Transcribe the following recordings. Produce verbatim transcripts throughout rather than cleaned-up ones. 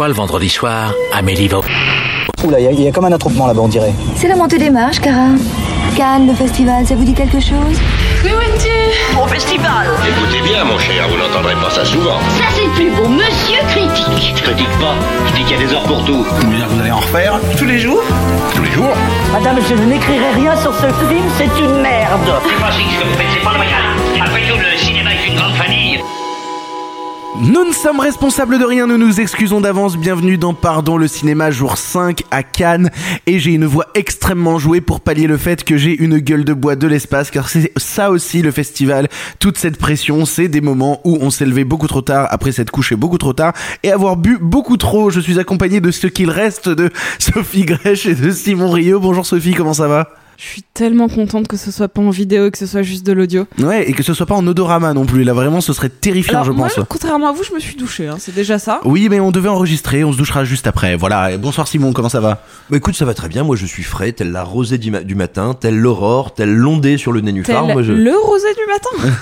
fois le vendredi soir, Amélie va... Oula, il y, y a comme un attroupement là-bas, on dirait. C'est la montée des marches, Cara. Cannes, le festival, ça vous dit quelque chose? Oui, oui, au festival. Écoutez bien, mon cher, vous n'entendrez pas ça souvent. Ça, c'est le plus beau, monsieur critique. Je critique pas, je dis qu'il y a des heures pour tout. Vous voulez dire que vous allez en refaire? Tous les jours Tous les jours. Madame, je n'écrirai rien sur ce film, c'est une merde. C'est pas ce que vous faites, c'est pas normal. Après tout, le cinéma est une grande famille. Nous ne sommes responsables de rien, nous nous excusons d'avance. Bienvenue dans Pardon le cinéma, jour cinq à Cannes. Et j'ai une voix extrêmement jouée pour pallier le fait que j'ai une gueule de bois de l'espace, car c'est ça aussi le festival. Toute cette pression, c'est des moments où on s'est levé beaucoup trop tard, après s'être couché beaucoup trop tard et avoir bu beaucoup trop. Je suis accompagné de ce qu'il reste de Sophie Grèche et de Simon Rio. Bonjour Sophie, comment ça va? Je suis tellement contente que ce soit pas en vidéo et que ce soit juste de l'audio. Ouais, et que ce soit pas en odorama non plus. Là, vraiment, ce serait terrifiant, Alors, je moi, pense. Contrairement à vous, je me suis douchée, hein, c'est déjà ça. Oui, mais on devait enregistrer, on se douchera juste après. Voilà. Bonsoir Simon, comment ça va? Bah écoute, ça va très bien. Moi, je suis frais, telle la rosée du, ma- du matin, telle l'aurore, telle l'ondée sur le nénuphar. Tel Moi, je... le rosé du matin.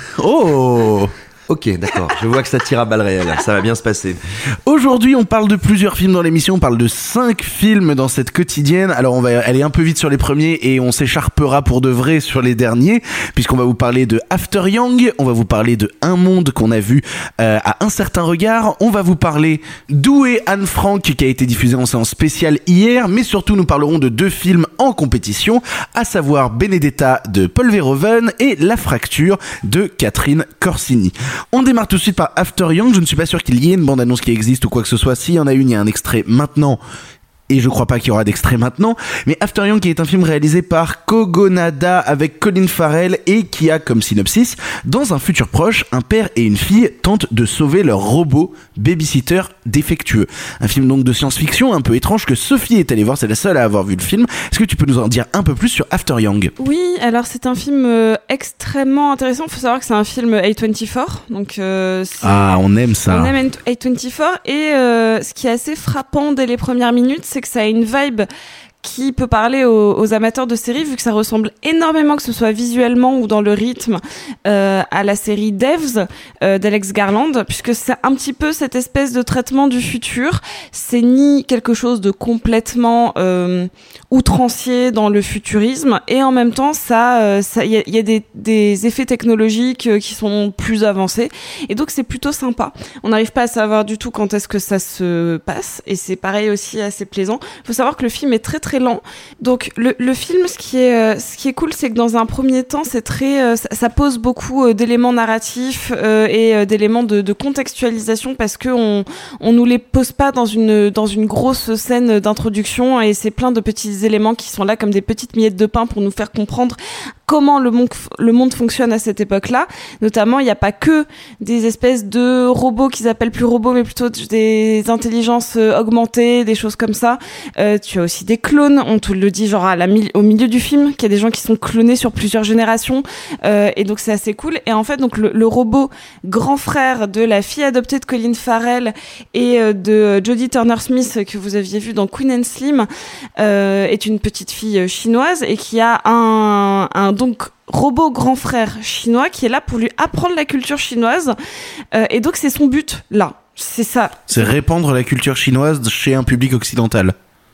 Oh! Ok, d'accord. Je vois que ça tire à balles réelles. Ça va bien se passer. Aujourd'hui, on parle de plusieurs films dans l'émission. On parle de cinq films dans cette quotidienne. Alors, on va aller un peu vite sur les premiers et on s'écharpera pour de vrai sur les derniers, puisqu'on va vous parler de After Yang. On va vous parler de Un monde qu'on a vu euh, à un certain regard. On va vous parler d'Où est Anne Frank, qui a été diffusé en séance spéciale hier. Mais surtout, nous parlerons de deux films en compétition, à savoir Benedetta de Paul Verhoeven et La Fracture de Catherine Corsini. On démarre tout de suite par After Yang. Je ne suis pas sûr qu'il y ait une bande-annonce qui existe ou quoi que ce soit. S'il y en a une, il y a un extrait maintenant. Et je crois pas qu'il y aura d'extrait maintenant. Mais After Yang, qui est un film réalisé par Kogonada avec Colin Farrell et qui a comme synopsis: dans un futur proche, un père et une fille tentent de sauver leur robot babysitter défectueux. Un film donc de science-fiction un peu étrange que Sophie est allée voir. C'est la seule à avoir vu le film. Est-ce que tu peux nous en dire un peu plus sur After Yang? Oui, alors c'est un film euh, extrêmement intéressant. Il faut savoir que c'est un film A vingt-quatre. Donc, euh, ah, on aime ça. On aime A vingt-quatre. Et euh, ce qui est assez frappant dès les premières minutes, c'est que ça a une vibe qui peut parler aux, aux amateurs de séries, vu que ça ressemble énormément, que ce soit visuellement ou dans le rythme, euh, à la série Devs euh, d'Alex Garland, puisque c'est un petit peu cette espèce de traitement du futur. C'est ni quelque chose de complètement euh, outrancier dans le futurisme, et en même temps, ça, euh, ça, y a, y a des, des effets technologiques euh, qui sont plus avancés, et donc c'est plutôt sympa. On n'arrive pas à savoir du tout quand est-ce que ça se passe, et c'est pareil aussi assez plaisant. Il faut savoir que le film est très très très lent. Donc le, le film, ce qui est euh, ce qui est cool, c'est que dans un premier temps, c'est très euh, ça, ça pose beaucoup euh, d'éléments narratifs euh, et euh, d'éléments de, de contextualisation, parce que on on nous les pose pas dans une dans une grosse scène d'introduction, et c'est plein de petits éléments qui sont là comme des petites miettes de pain pour nous faire comprendre comment le monde, le monde fonctionne à cette époque-là. Notamment, il n'y a pas que des espèces de robots qu'ils appellent plus robots, mais plutôt des intelligences augmentées, des choses comme ça. Euh, tu as aussi des clones, on te le dit genre à la, au milieu du film, qu'il y a des gens qui sont clonés sur plusieurs générations. Euh, et donc, c'est assez cool. Et en fait, donc le, le robot grand frère de la fille adoptée de Colin Farrell et euh, de Jodie Turner-Smith, que vous aviez vu dans Queen and Slim, euh, est une petite fille chinoise et qui a un, un donc robot grand frère chinois qui est là pour lui apprendre la culture chinoise, euh, et donc c'est son but là, c'est ça. C'est répandre la culture chinoise chez un public occidental.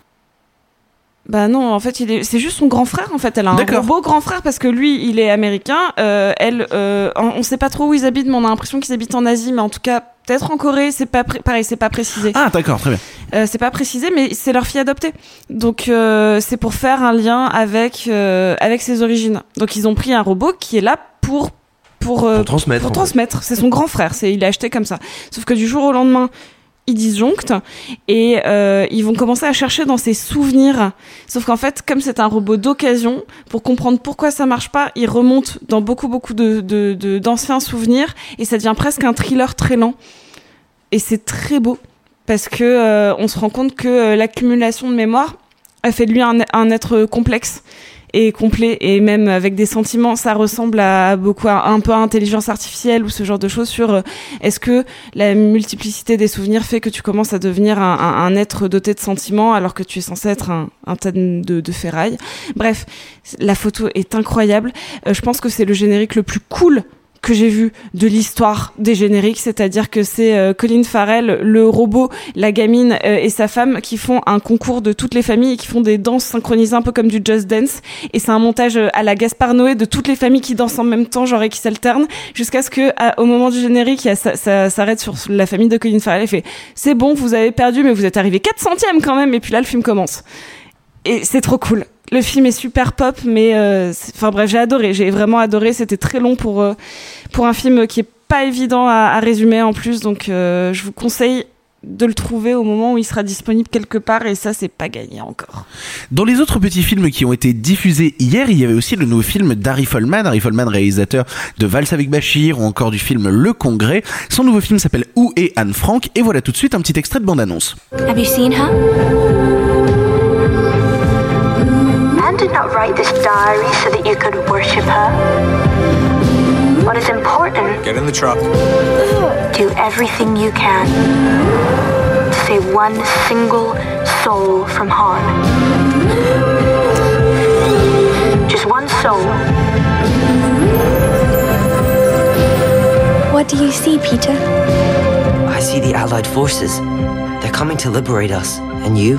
Bah non, en fait, il est, c'est juste son grand frère, en fait. Elle a un D'accord. robot grand frère parce que lui, il est américain. Euh, elle, euh, on sait pas trop où ils habitent, mais on a l'impression qu'ils habitent en Asie, mais en tout cas, peut-être en Corée. C'est pas pré- pareil, c'est pas précisé. Ah, d'accord, très bien. Euh, c'est pas précisé, mais c'est leur fille adoptée. Donc, euh, c'est pour faire un lien avec euh, avec ses origines. Donc, ils ont pris un robot qui est là pour pour, euh, Pour transmettre, Pour en transmettre. C'est son grand frère. C'est, il l'a acheté comme ça. Sauf que du jour au lendemain, ils disjonctent et euh, ils vont commencer à chercher dans ses souvenirs. Sauf qu'en fait, comme c'est un robot d'occasion, pour comprendre pourquoi ça marche pas, ils remontent dans beaucoup beaucoup de, de, de d'anciens souvenirs, et ça devient presque un thriller très lent. Et c'est très beau parce que euh, on se rend compte que euh, l'accumulation de mémoire a fait de lui un, un être complexe et complet, et même avec des sentiments. Ça ressemble à beaucoup à un peu à intelligence artificielle ou ce genre de choses sur euh, est-ce que la multiplicité des souvenirs fait que tu commences à devenir un, un, un être doté de sentiments alors que tu es censé être un, un tas de, de ferraille. Bref, la photo est incroyable. Euh, je pense que c'est le générique le plus cool que j'ai vu de l'histoire des génériques, c'est-à-dire que c'est euh, Colin Farrell, le robot, la gamine euh, et sa femme qui font un concours de toutes les familles et qui font des danses synchronisées un peu comme du Just Dance, et c'est un montage à la Gaspard Noé de toutes les familles qui dansent en même temps, genre et qui s'alternent, jusqu'à ce que à, au moment du générique, ça, ça s'arrête sur la famille de Colin Farrell et fait « C'est bon, vous avez perdu, mais vous êtes arrivé quatre centièmes quand même », et puis là le film commence. Et c'est trop cool. Le film est super pop, mais euh, enfin bref, j'ai adoré, j'ai vraiment adoré. C'était très long pour euh, pour un film qui est pas évident à, à résumer en plus, donc euh, je vous conseille de le trouver au moment où il sera disponible quelque part, et ça c'est pas gagné encore. Dans les autres petits films qui ont été diffusés hier, il y avait aussi le nouveau film d'Harry Folman, Harry Folman réalisateur de Valse avec Bachir ou encore du film Le Congrès. Son nouveau film s'appelle Où est Anne Frank, et voilà tout de suite un petit extrait de bande-annonce. Have you seen her? Anne did not write this diary so that you could worship her. What is important? Get in the truck. Do everything you can to save one single soul from harm. Just one soul. What do you see, Peter? I see the Allied forces. They're coming to liberate us. And you?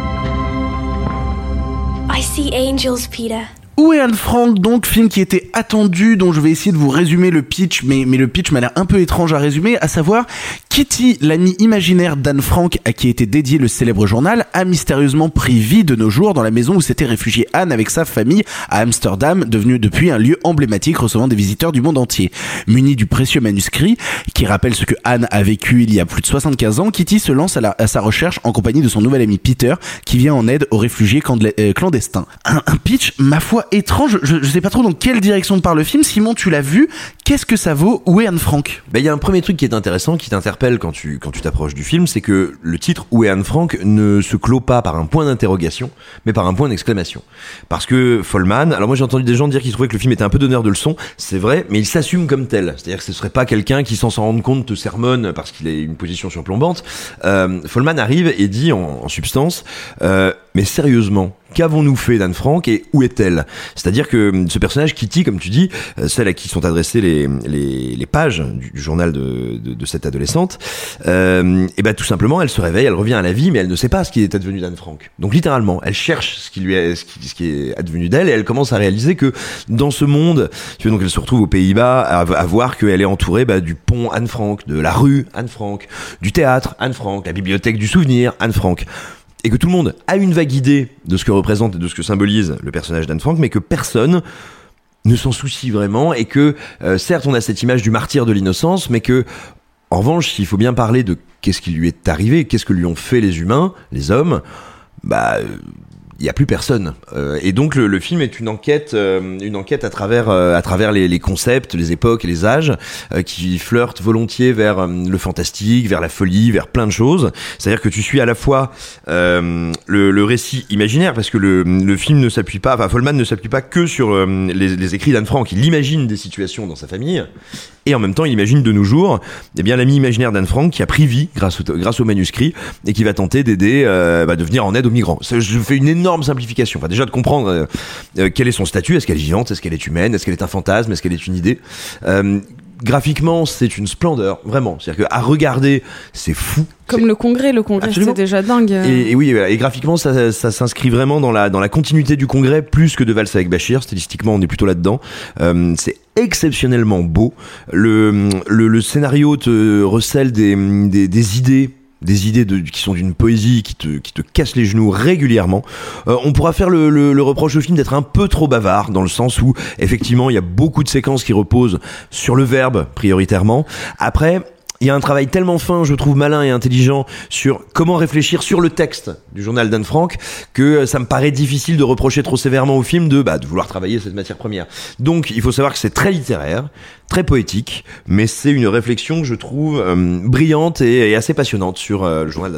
I see angels, Peter. Où est Anne Frank, donc, film qui était attendu, dont je vais essayer de vous résumer le pitch, mais, mais le pitch m'a l'air un peu étrange à résumer, à savoir, Kitty, l'amie imaginaire d'Anne Frank, à qui était dédié le célèbre journal, a mystérieusement pris vie de nos jours dans la maison où s'était réfugiée Anne avec sa famille à Amsterdam, devenu depuis un lieu emblématique recevant des visiteurs du monde entier. Munie du précieux manuscrit, qui rappelle ce que Anne a vécu il y a plus de soixante-quinze ans, Kitty se lance à, la, à sa recherche en compagnie de son nouvel ami Peter, qui vient en aide aux réfugiés clandestins. Un, un pitch, ma foi, étrange, je, je sais pas trop dans quelle direction part le film. Simon, tu l'as vu, qu'est-ce que ça vaut? Où est Anne Frank? Ben, il y a un premier truc qui est intéressant, qui t'interpelle quand tu quand tu t'approches du film, c'est que le titre Où est Anne Frank ne se clôt pas par un point d'interrogation, mais par un point d'exclamation. Parce que Folman, alors moi j'ai entendu des gens dire qu'ils trouvaient que le film était un peu donneur de leçons, c'est vrai, mais il s'assume comme tel. C'est-à-dire que ce serait pas quelqu'un qui, sans s'en rendre compte, te sermonne parce qu'il a une position surplombante. Euh, Folman arrive et dit en, en substance, euh, mais sérieusement, qu'avons-nous fait d'Anne Frank et où est-elle? C'est-à-dire que ce personnage, Kitty, comme tu dis, celle à qui sont adressées les, les, les pages du, du journal de, de, de cette adolescente, euh, et ben tout simplement, elle se réveille, elle revient à la vie, mais elle ne sait pas ce qui est advenu d'Anne Frank. Donc littéralement, elle cherche ce qui lui est, ce qui, ce qui est advenu d'elle, et elle commence à réaliser que dans ce monde, tu vois, donc elle se retrouve aux Pays-Bas à, à voir qu'elle est entourée bah, du pont Anne Frank, de la rue Anne Frank, du théâtre Anne Frank, la bibliothèque du souvenir Anne Frank. Et que tout le monde a une vague idée de ce que représente et de ce que symbolise le personnage d'Anne Frank, mais que personne ne s'en soucie vraiment, et que euh, certes on a cette image du martyr de l'innocence, mais que en revanche, s'il faut bien parler de qu'est-ce qui lui est arrivé, qu'est-ce que lui ont fait les humains, les hommes, bah il y a plus personne. Euh, et donc le, le film est une enquête, euh, une enquête à travers, euh, à travers les, les concepts, les époques et les âges, euh, qui flirtent volontiers vers euh, le fantastique, vers la folie, vers plein de choses. C'est-à-dire que tu suis à la fois euh, le, le récit imaginaire, parce que le, le film ne s'appuie pas, enfin Folman ne s'appuie pas que sur euh, les, les écrits d'Anne Frank. Il imagine des situations dans sa famille, et en même temps il imagine de nos jours, eh bien l'ami imaginaire d'Anne Frank qui a pris vie grâce au, grâce au manuscrit, et qui va tenter d'aider, euh, bah, de venir en aide aux migrants. Ça, je fais une énorme simplification. Enfin, déjà de comprendre euh, euh, quel est son statut. Est-ce qu'elle est vivante? Est-ce qu'elle est humaine? Est-ce qu'elle est un fantasme? Est-ce qu'elle est une idée? euh, Graphiquement, c'est une splendeur, vraiment. C'est-à-dire qu'à regarder, c'est fou. Comme c'est... le Congrès, le Congrès, c'est déjà dingue. Et, et oui, et graphiquement, ça, ça s'inscrit vraiment dans la dans la continuité du Congrès, plus que de Valse avec Bachir. Stylistiquement, on est plutôt là-dedans. Euh, c'est exceptionnellement beau. Le, le le scénario te recèle des des, des idées. Des idées de, qui sont d'une poésie qui te, qui te casse les genoux régulièrement. Euh, on pourra faire le, le, le reproche au film d'être un peu trop bavard, dans le sens où, effectivement, il y a beaucoup de séquences qui reposent sur le verbe, prioritairement. Après, il y a un travail tellement fin, je trouve malin et intelligent, sur comment réfléchir sur le texte du journal d'Anne Frank, que ça me paraît difficile de reprocher trop sévèrement au film de, bah, de vouloir travailler cette matière première. Donc, il faut savoir que c'est très littéraire, très poétique, mais c'est une réflexion que je trouve euh, brillante et, et assez passionnante sur euh, le journal d'Anne Frank.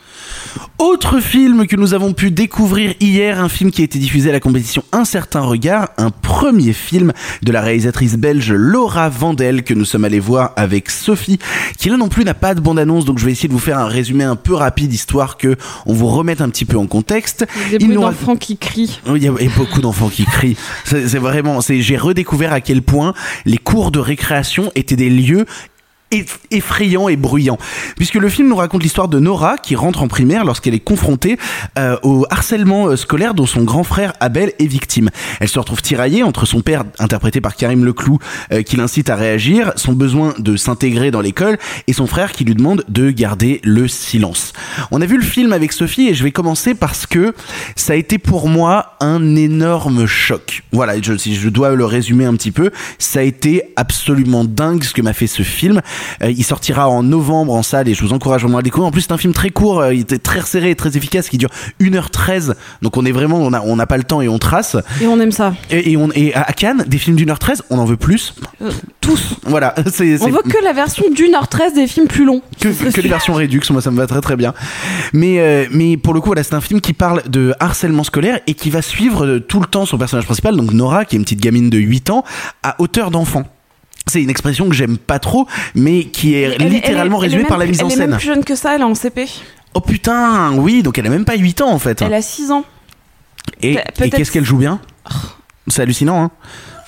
Autre film que nous avons pu découvrir hier, un film qui a été diffusé à la compétition Un certain regard, un premier film de la réalisatrice belge Laura Vandel que nous sommes allés voir avec Sophie, qui là non plus n'a pas de bande-annonce, donc je vais essayer de vous faire un résumé un peu rapide, histoire que on vous remette un petit peu en contexte. Il y a des bruits d'enfants qui crient. Il y a beaucoup d'enfants qui crient. C'est, c'est vraiment, c'est, j'ai redécouvert à quel point les cours de récréation étaient des lieux effrayant et bruyant, puisque le film nous raconte l'histoire de Nora qui rentre en primaire lorsqu'elle est confrontée euh, au harcèlement scolaire dont son grand frère Abel est victime. Elle se retrouve tiraillée entre son père, interprété par Karim Leclou, euh, qui l'incite à réagir, son besoin de s'intégrer dans l'école, et son frère qui lui demande de garder le silence. On a vu le film avec Sophie et je vais commencer parce que ça a été pour moi un énorme choc. Voilà, je, si je dois le résumer un petit peu, ça a été absolument dingue ce que m'a fait ce film. Euh, il sortira en novembre en salle et je vous encourage vraiment à le découvrir. En plus, c'est un film très court, euh, il était très resserré et très efficace, qui dure une heure treize. Donc on est vraiment, on a, on n'a pas le temps et on trace. Et on aime ça. Et, et, on, et à Cannes, des films d'une heure treize, on en veut plus. Euh, tous. Voilà. C'est, c'est... On veut que la version d'une heure treize des films plus longs. Que, que les versions Redux, moi ça me va très très bien. Mais, euh, mais pour le coup, voilà, c'est un film qui parle de harcèlement scolaire et qui va suivre tout le temps son personnage principal, donc Nora, qui est une petite gamine de huit ans, à hauteur d'enfant. C'est une expression que j'aime pas trop, mais qui est elle, littéralement elle est, résumée elle par la mise en scène. Elle est même plus jeune que ça, elle est en C P. Oh putain, oui, donc elle a même pas huit ans en fait. Elle a six ans. Et, et qu'est-ce qu'elle joue bien ? oh. C'est hallucinant, hein.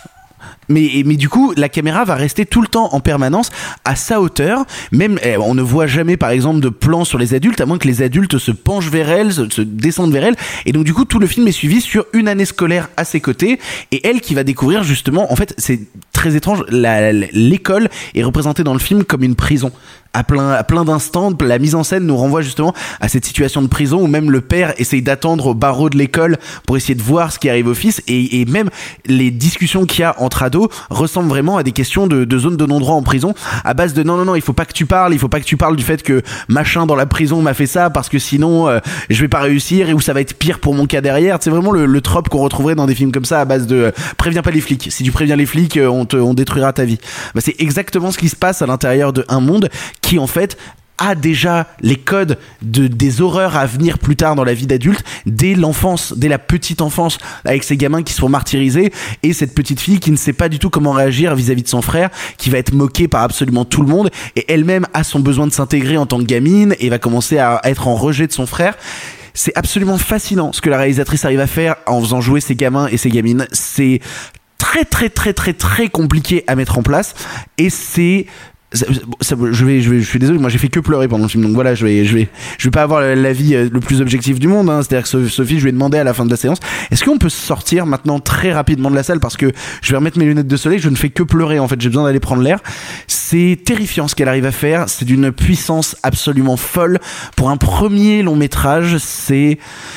Mais, mais du coup, la caméra va rester tout le temps en permanence à sa hauteur. Même, on ne voit jamais, par exemple, de plan sur les adultes, à moins que les adultes se penchent vers elle, se, se descendent vers elle. Et donc, du coup, tout le film est suivi sur une année scolaire à ses côtés. Et elle qui va découvrir, justement, en fait, c'est très étrange, la, l'école est représentée dans le film comme une prison. À plein, à plein d'instants, la mise en scène nous renvoie justement à cette situation de prison où même le père essaye d'attendre au barreau de l'école pour essayer de voir ce qui arrive au fils, et, et même les discussions qu'il y a entre ados ressemblent vraiment à des questions de, de zone de non-droit en prison, à base de non non non il faut pas que tu parles, il faut pas que tu parles du fait que machin dans la prison m'a fait ça parce que sinon euh, je vais pas réussir, et où ça va être pire pour mon cas derrière. C'est vraiment le, le trope qu'on retrouverait dans des films comme ça, à base de euh, préviens pas les flics, si tu préviens les flics euh, on te on détruira ta vie. Bah, c'est exactement ce qui se passe à l'intérieur de Un Monde qui en fait a déjà les codes de, des horreurs à venir plus tard dans la vie d'adulte, dès l'enfance, dès la petite enfance, avec ces gamins qui se font martyriser, et cette petite fille qui ne sait pas du tout comment réagir vis-à-vis de son frère, qui va être moquée par absolument tout le monde, et elle-même a son besoin de s'intégrer en tant que gamine, et va commencer à être en rejet de son frère. C'est absolument fascinant ce que la réalisatrice arrive à faire en faisant jouer ces gamins et ces gamines. C'est très très très très très compliqué à mettre en place, et c'est Ça, ça, je vais, je vais, je suis désolé, moi j'ai fait que pleurer pendant le film, donc voilà, je vais, je vais, je vais pas avoir l'avis le plus objectif du monde, hein. C'est-à-dire que Sophie, je lui ai demandé à la fin de la séance, est-ce qu'on peut sortir maintenant très rapidement de la salle, parce que je vais remettre mes lunettes de soleil, je ne fais que pleurer en fait, j'ai besoin d'aller prendre l'air. C'est terrifiant ce qu'elle arrive à faire, c'est d'une puissance absolument folle pour un premier long métrage. C'est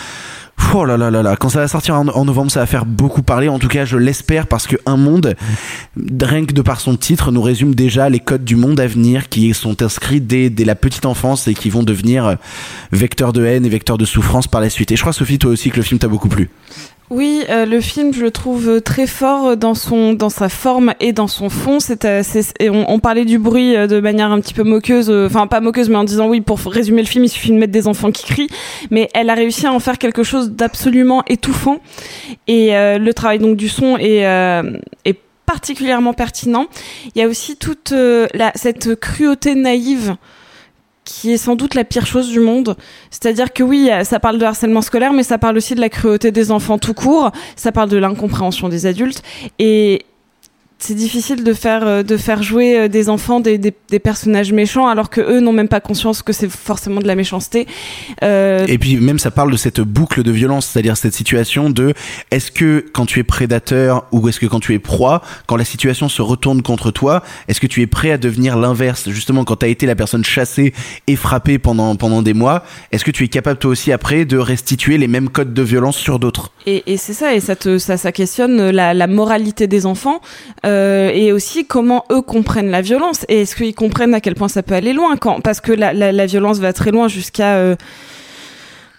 oh là là là là, quand ça va sortir en, en novembre, ça va faire beaucoup parler. En tout cas, je l'espère, parce que Un Monde, rien que de par son titre, nous résume déjà les codes du monde à venir qui sont inscrits dès, dès la petite enfance et qui vont devenir vecteurs de haine et vecteurs de souffrance par la suite. Et je crois, Sophie, toi aussi, que le film t'a beaucoup plu. Oui, euh, le film, je le trouve très fort dans son, dans sa forme et dans son fond. C'est, euh, c'est, et on, on parlait du bruit de manière un petit peu moqueuse, enfin euh, pas moqueuse, mais en disant oui, pour résumer le film, il suffit de mettre des enfants qui crient. Mais elle a réussi à en faire quelque chose d'absolument étouffant. Et euh, le travail donc du son est, euh, est particulièrement pertinent. Il y a aussi toute euh, la, cette cruauté naïve qui est sans doute la pire chose du monde. C'est-à-dire que oui, ça parle de harcèlement scolaire, mais ça parle aussi de la cruauté des enfants tout court, ça parle de l'incompréhension des adultes, et c'est difficile de faire, de faire jouer des enfants des, des, des personnages méchants alors que eux n'ont même pas conscience que c'est forcément de la méchanceté. Euh... Et puis même ça parle de cette boucle de violence, c'est-à-dire cette situation de est-ce que quand tu es prédateur ou est-ce que quand tu es proie, quand la situation se retourne contre toi, est-ce que tu es prêt à devenir l'inverse, justement quand tu as été la personne chassée et frappée pendant, pendant des mois, est-ce que tu es capable toi aussi après de restituer les mêmes codes de violence sur d'autres? Et, et c'est ça, et ça, te, ça, ça questionne la, la moralité des enfants. Euh, Euh, et aussi comment eux comprennent la violence, et est-ce qu'ils comprennent à quel point ça peut aller loin, quand, parce que la, la, la violence va très loin jusqu'à euh,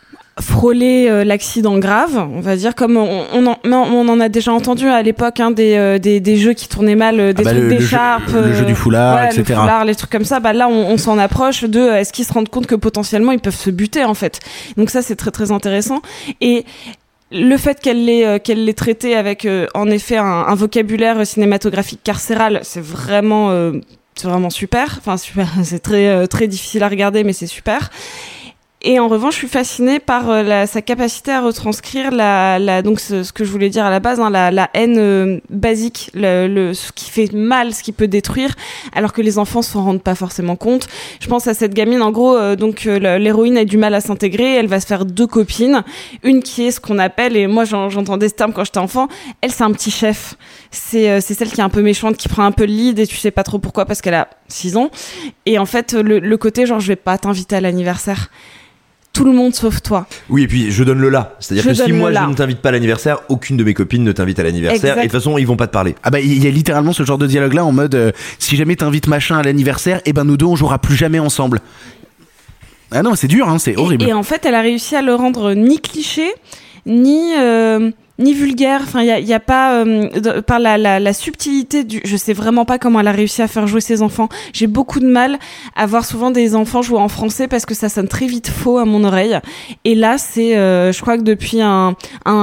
frôler euh, l'accident grave, on va dire, comme on, on, en, on en a déjà entendu à l'époque, hein, des, euh, des, des jeux qui tournaient mal, euh, des ah bah trucs le, d'écharpe, le, jeu, le jeu du foulard, ouais, et cetera. Le foulard, les trucs comme ça. Bah là, on, on s'en approche de euh, est-ce qu'ils se rendent compte que potentiellement ils peuvent se buter en fait. Donc ça, c'est très très intéressant. Et le fait qu'elle l'ait euh, qu'elle l'ait traité avec euh, en effet un, un vocabulaire cinématographique carcéral, c'est vraiment euh, c'est vraiment super. Enfin super, c'est très euh, très difficile à regarder, mais c'est super. Et en revanche, je suis fascinée par euh, la, sa capacité à retranscrire la, la donc ce, ce que je voulais dire à la base, hein, la, la haine euh, basique, le, le, ce qui fait mal, ce qui peut détruire, alors que les enfants s'en rendent pas forcément compte. Je pense à cette gamine, en gros, euh, donc euh, l'héroïne a du mal à s'intégrer, elle va se faire deux copines, une qui est ce qu'on appelle, et moi j'en, j'entendais ce terme quand j'étais enfant, elle c'est un petit chef, c'est euh, c'est celle qui est un peu méchante, qui prend un peu le lead et tu sais pas trop pourquoi parce qu'elle a six ans, et en fait le, le côté genre je vais pas t'inviter à l'anniversaire. Tout le monde sauf toi. Oui, et puis je donne le là. C'est-à-dire je que si moi je ne t'invite pas à l'anniversaire, aucune de mes copines ne t'invite à l'anniversaire. Exact. Et de toute façon, ils vont pas te parler. Ah bah il y a littéralement ce genre de dialogue là en mode euh, si jamais t'invites machin à l'anniversaire, et ben nous deux on jouera plus jamais ensemble. Ah non, c'est dur, hein, c'est horrible. Et, et en fait, elle a réussi à le rendre ni cliché, ni euh, ni vulgaire. Enfin, il y a, y a pas euh, de, par la, la la subtilité du. Je sais vraiment pas comment elle a réussi à faire jouer ses enfants. J'ai beaucoup de mal à voir souvent des enfants jouer en français parce que ça sonne très vite faux à mon oreille. Et là, c'est, euh, je crois que depuis un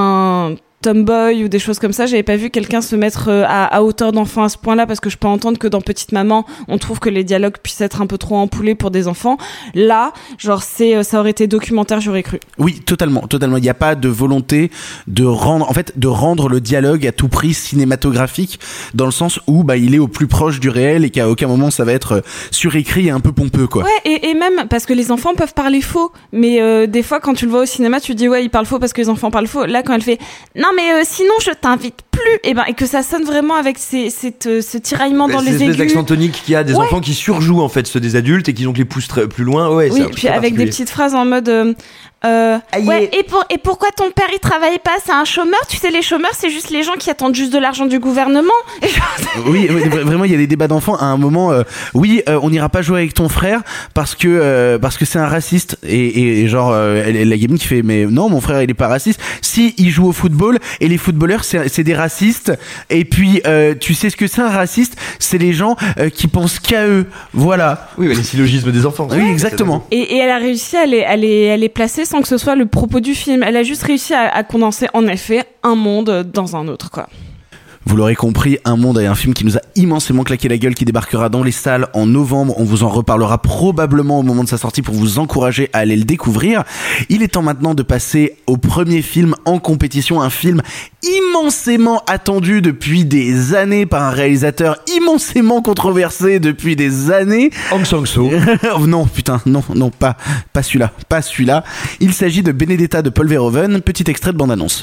un Tomboy ou des choses comme ça, j'avais pas vu quelqu'un se mettre à, à hauteur d'enfant à ce point-là, parce que je peux entendre que dans Petite Maman, on trouve que les dialogues puissent être un peu trop empoulés pour des enfants. Là, genre c'est, ça aurait été documentaire, j'aurais cru. Oui, totalement, totalement. Il n'y a pas de volonté de rendre, en fait, de rendre le dialogue à tout prix cinématographique, dans le sens où bah il est au plus proche du réel et qu'à aucun moment ça va être surécrit et un peu pompeux, quoi. Ouais, et, et même parce que les enfants peuvent parler faux, mais euh, des fois quand tu le vois au cinéma, tu dis ouais, il parle faux parce que les enfants parlent faux. Là, quand elle fait non mais euh, sinon je t'invite plus, et ben et que ça sonne vraiment avec ces, cette, euh, ce tiraillement dans les aigus, l'accent tonique qu'il y a des ouais. enfants qui surjouent en fait ceux des adultes et qui donc les poussent très, plus loin. Ouais, oui, puis avec des petites phrases en mode euh, euh, ouais, et, pour, et pourquoi ton père il travaille pas, c'est un chômeur, tu sais les chômeurs c'est juste les gens qui attendent juste de l'argent du gouvernement. Oui, vraiment il y a des débats d'enfants à un moment, euh, oui euh, on n'ira pas jouer avec ton frère parce que euh, parce que c'est un raciste, et, et genre euh, la gamine qui fait mais non mon frère il est pas raciste, si il joue au football et les footballeurs c'est, c'est des racistes, et puis euh, tu sais ce que c'est un raciste, c'est les gens euh, qui pensent qu'à eux, voilà. Oui, bah, les syllogismes des enfants. Oui, exactement. Et, et elle a réussi à les, à les, à les placer sans que ce soit le propos du film. Elle a juste réussi à, à condenser en effet un monde dans un autre, quoi. Vous l'aurez compris, Un Monde est un film qui nous a immensément claqué la gueule, qui débarquera dans les salles en novembre. On vous en reparlera probablement au moment de sa sortie pour vous encourager à aller le découvrir. Il est temps maintenant de passer au premier film en compétition, un film immensément attendu depuis des années par un réalisateur immensément controversé depuis des années. Hong Sang-soo. Non, putain, non, non, pas, pas celui-là, pas celui-là. Il s'agit de Benedetta de Paul Verhoeven, petit extrait de bande-annonce.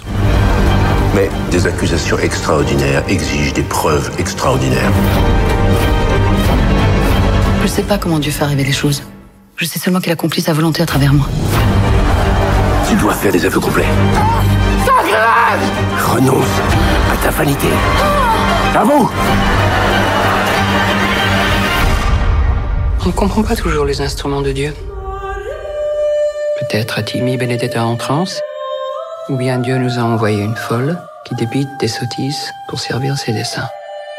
Mais des accusations extraordinaires exigent des preuves extraordinaires. Je sais pas comment Dieu fait arriver les choses. Je sais seulement qu'il accomplit sa volonté à travers moi. Tu dois faire des aveux complets. Ça grave ! Renonce à ta vanité. À vous ! On ne comprend pas toujours les instruments de Dieu. Peut-être a-t-il mis Benedetta en transe, ou bien Dieu nous a envoyé une folle qui débite des sottises pour servir ses desseins.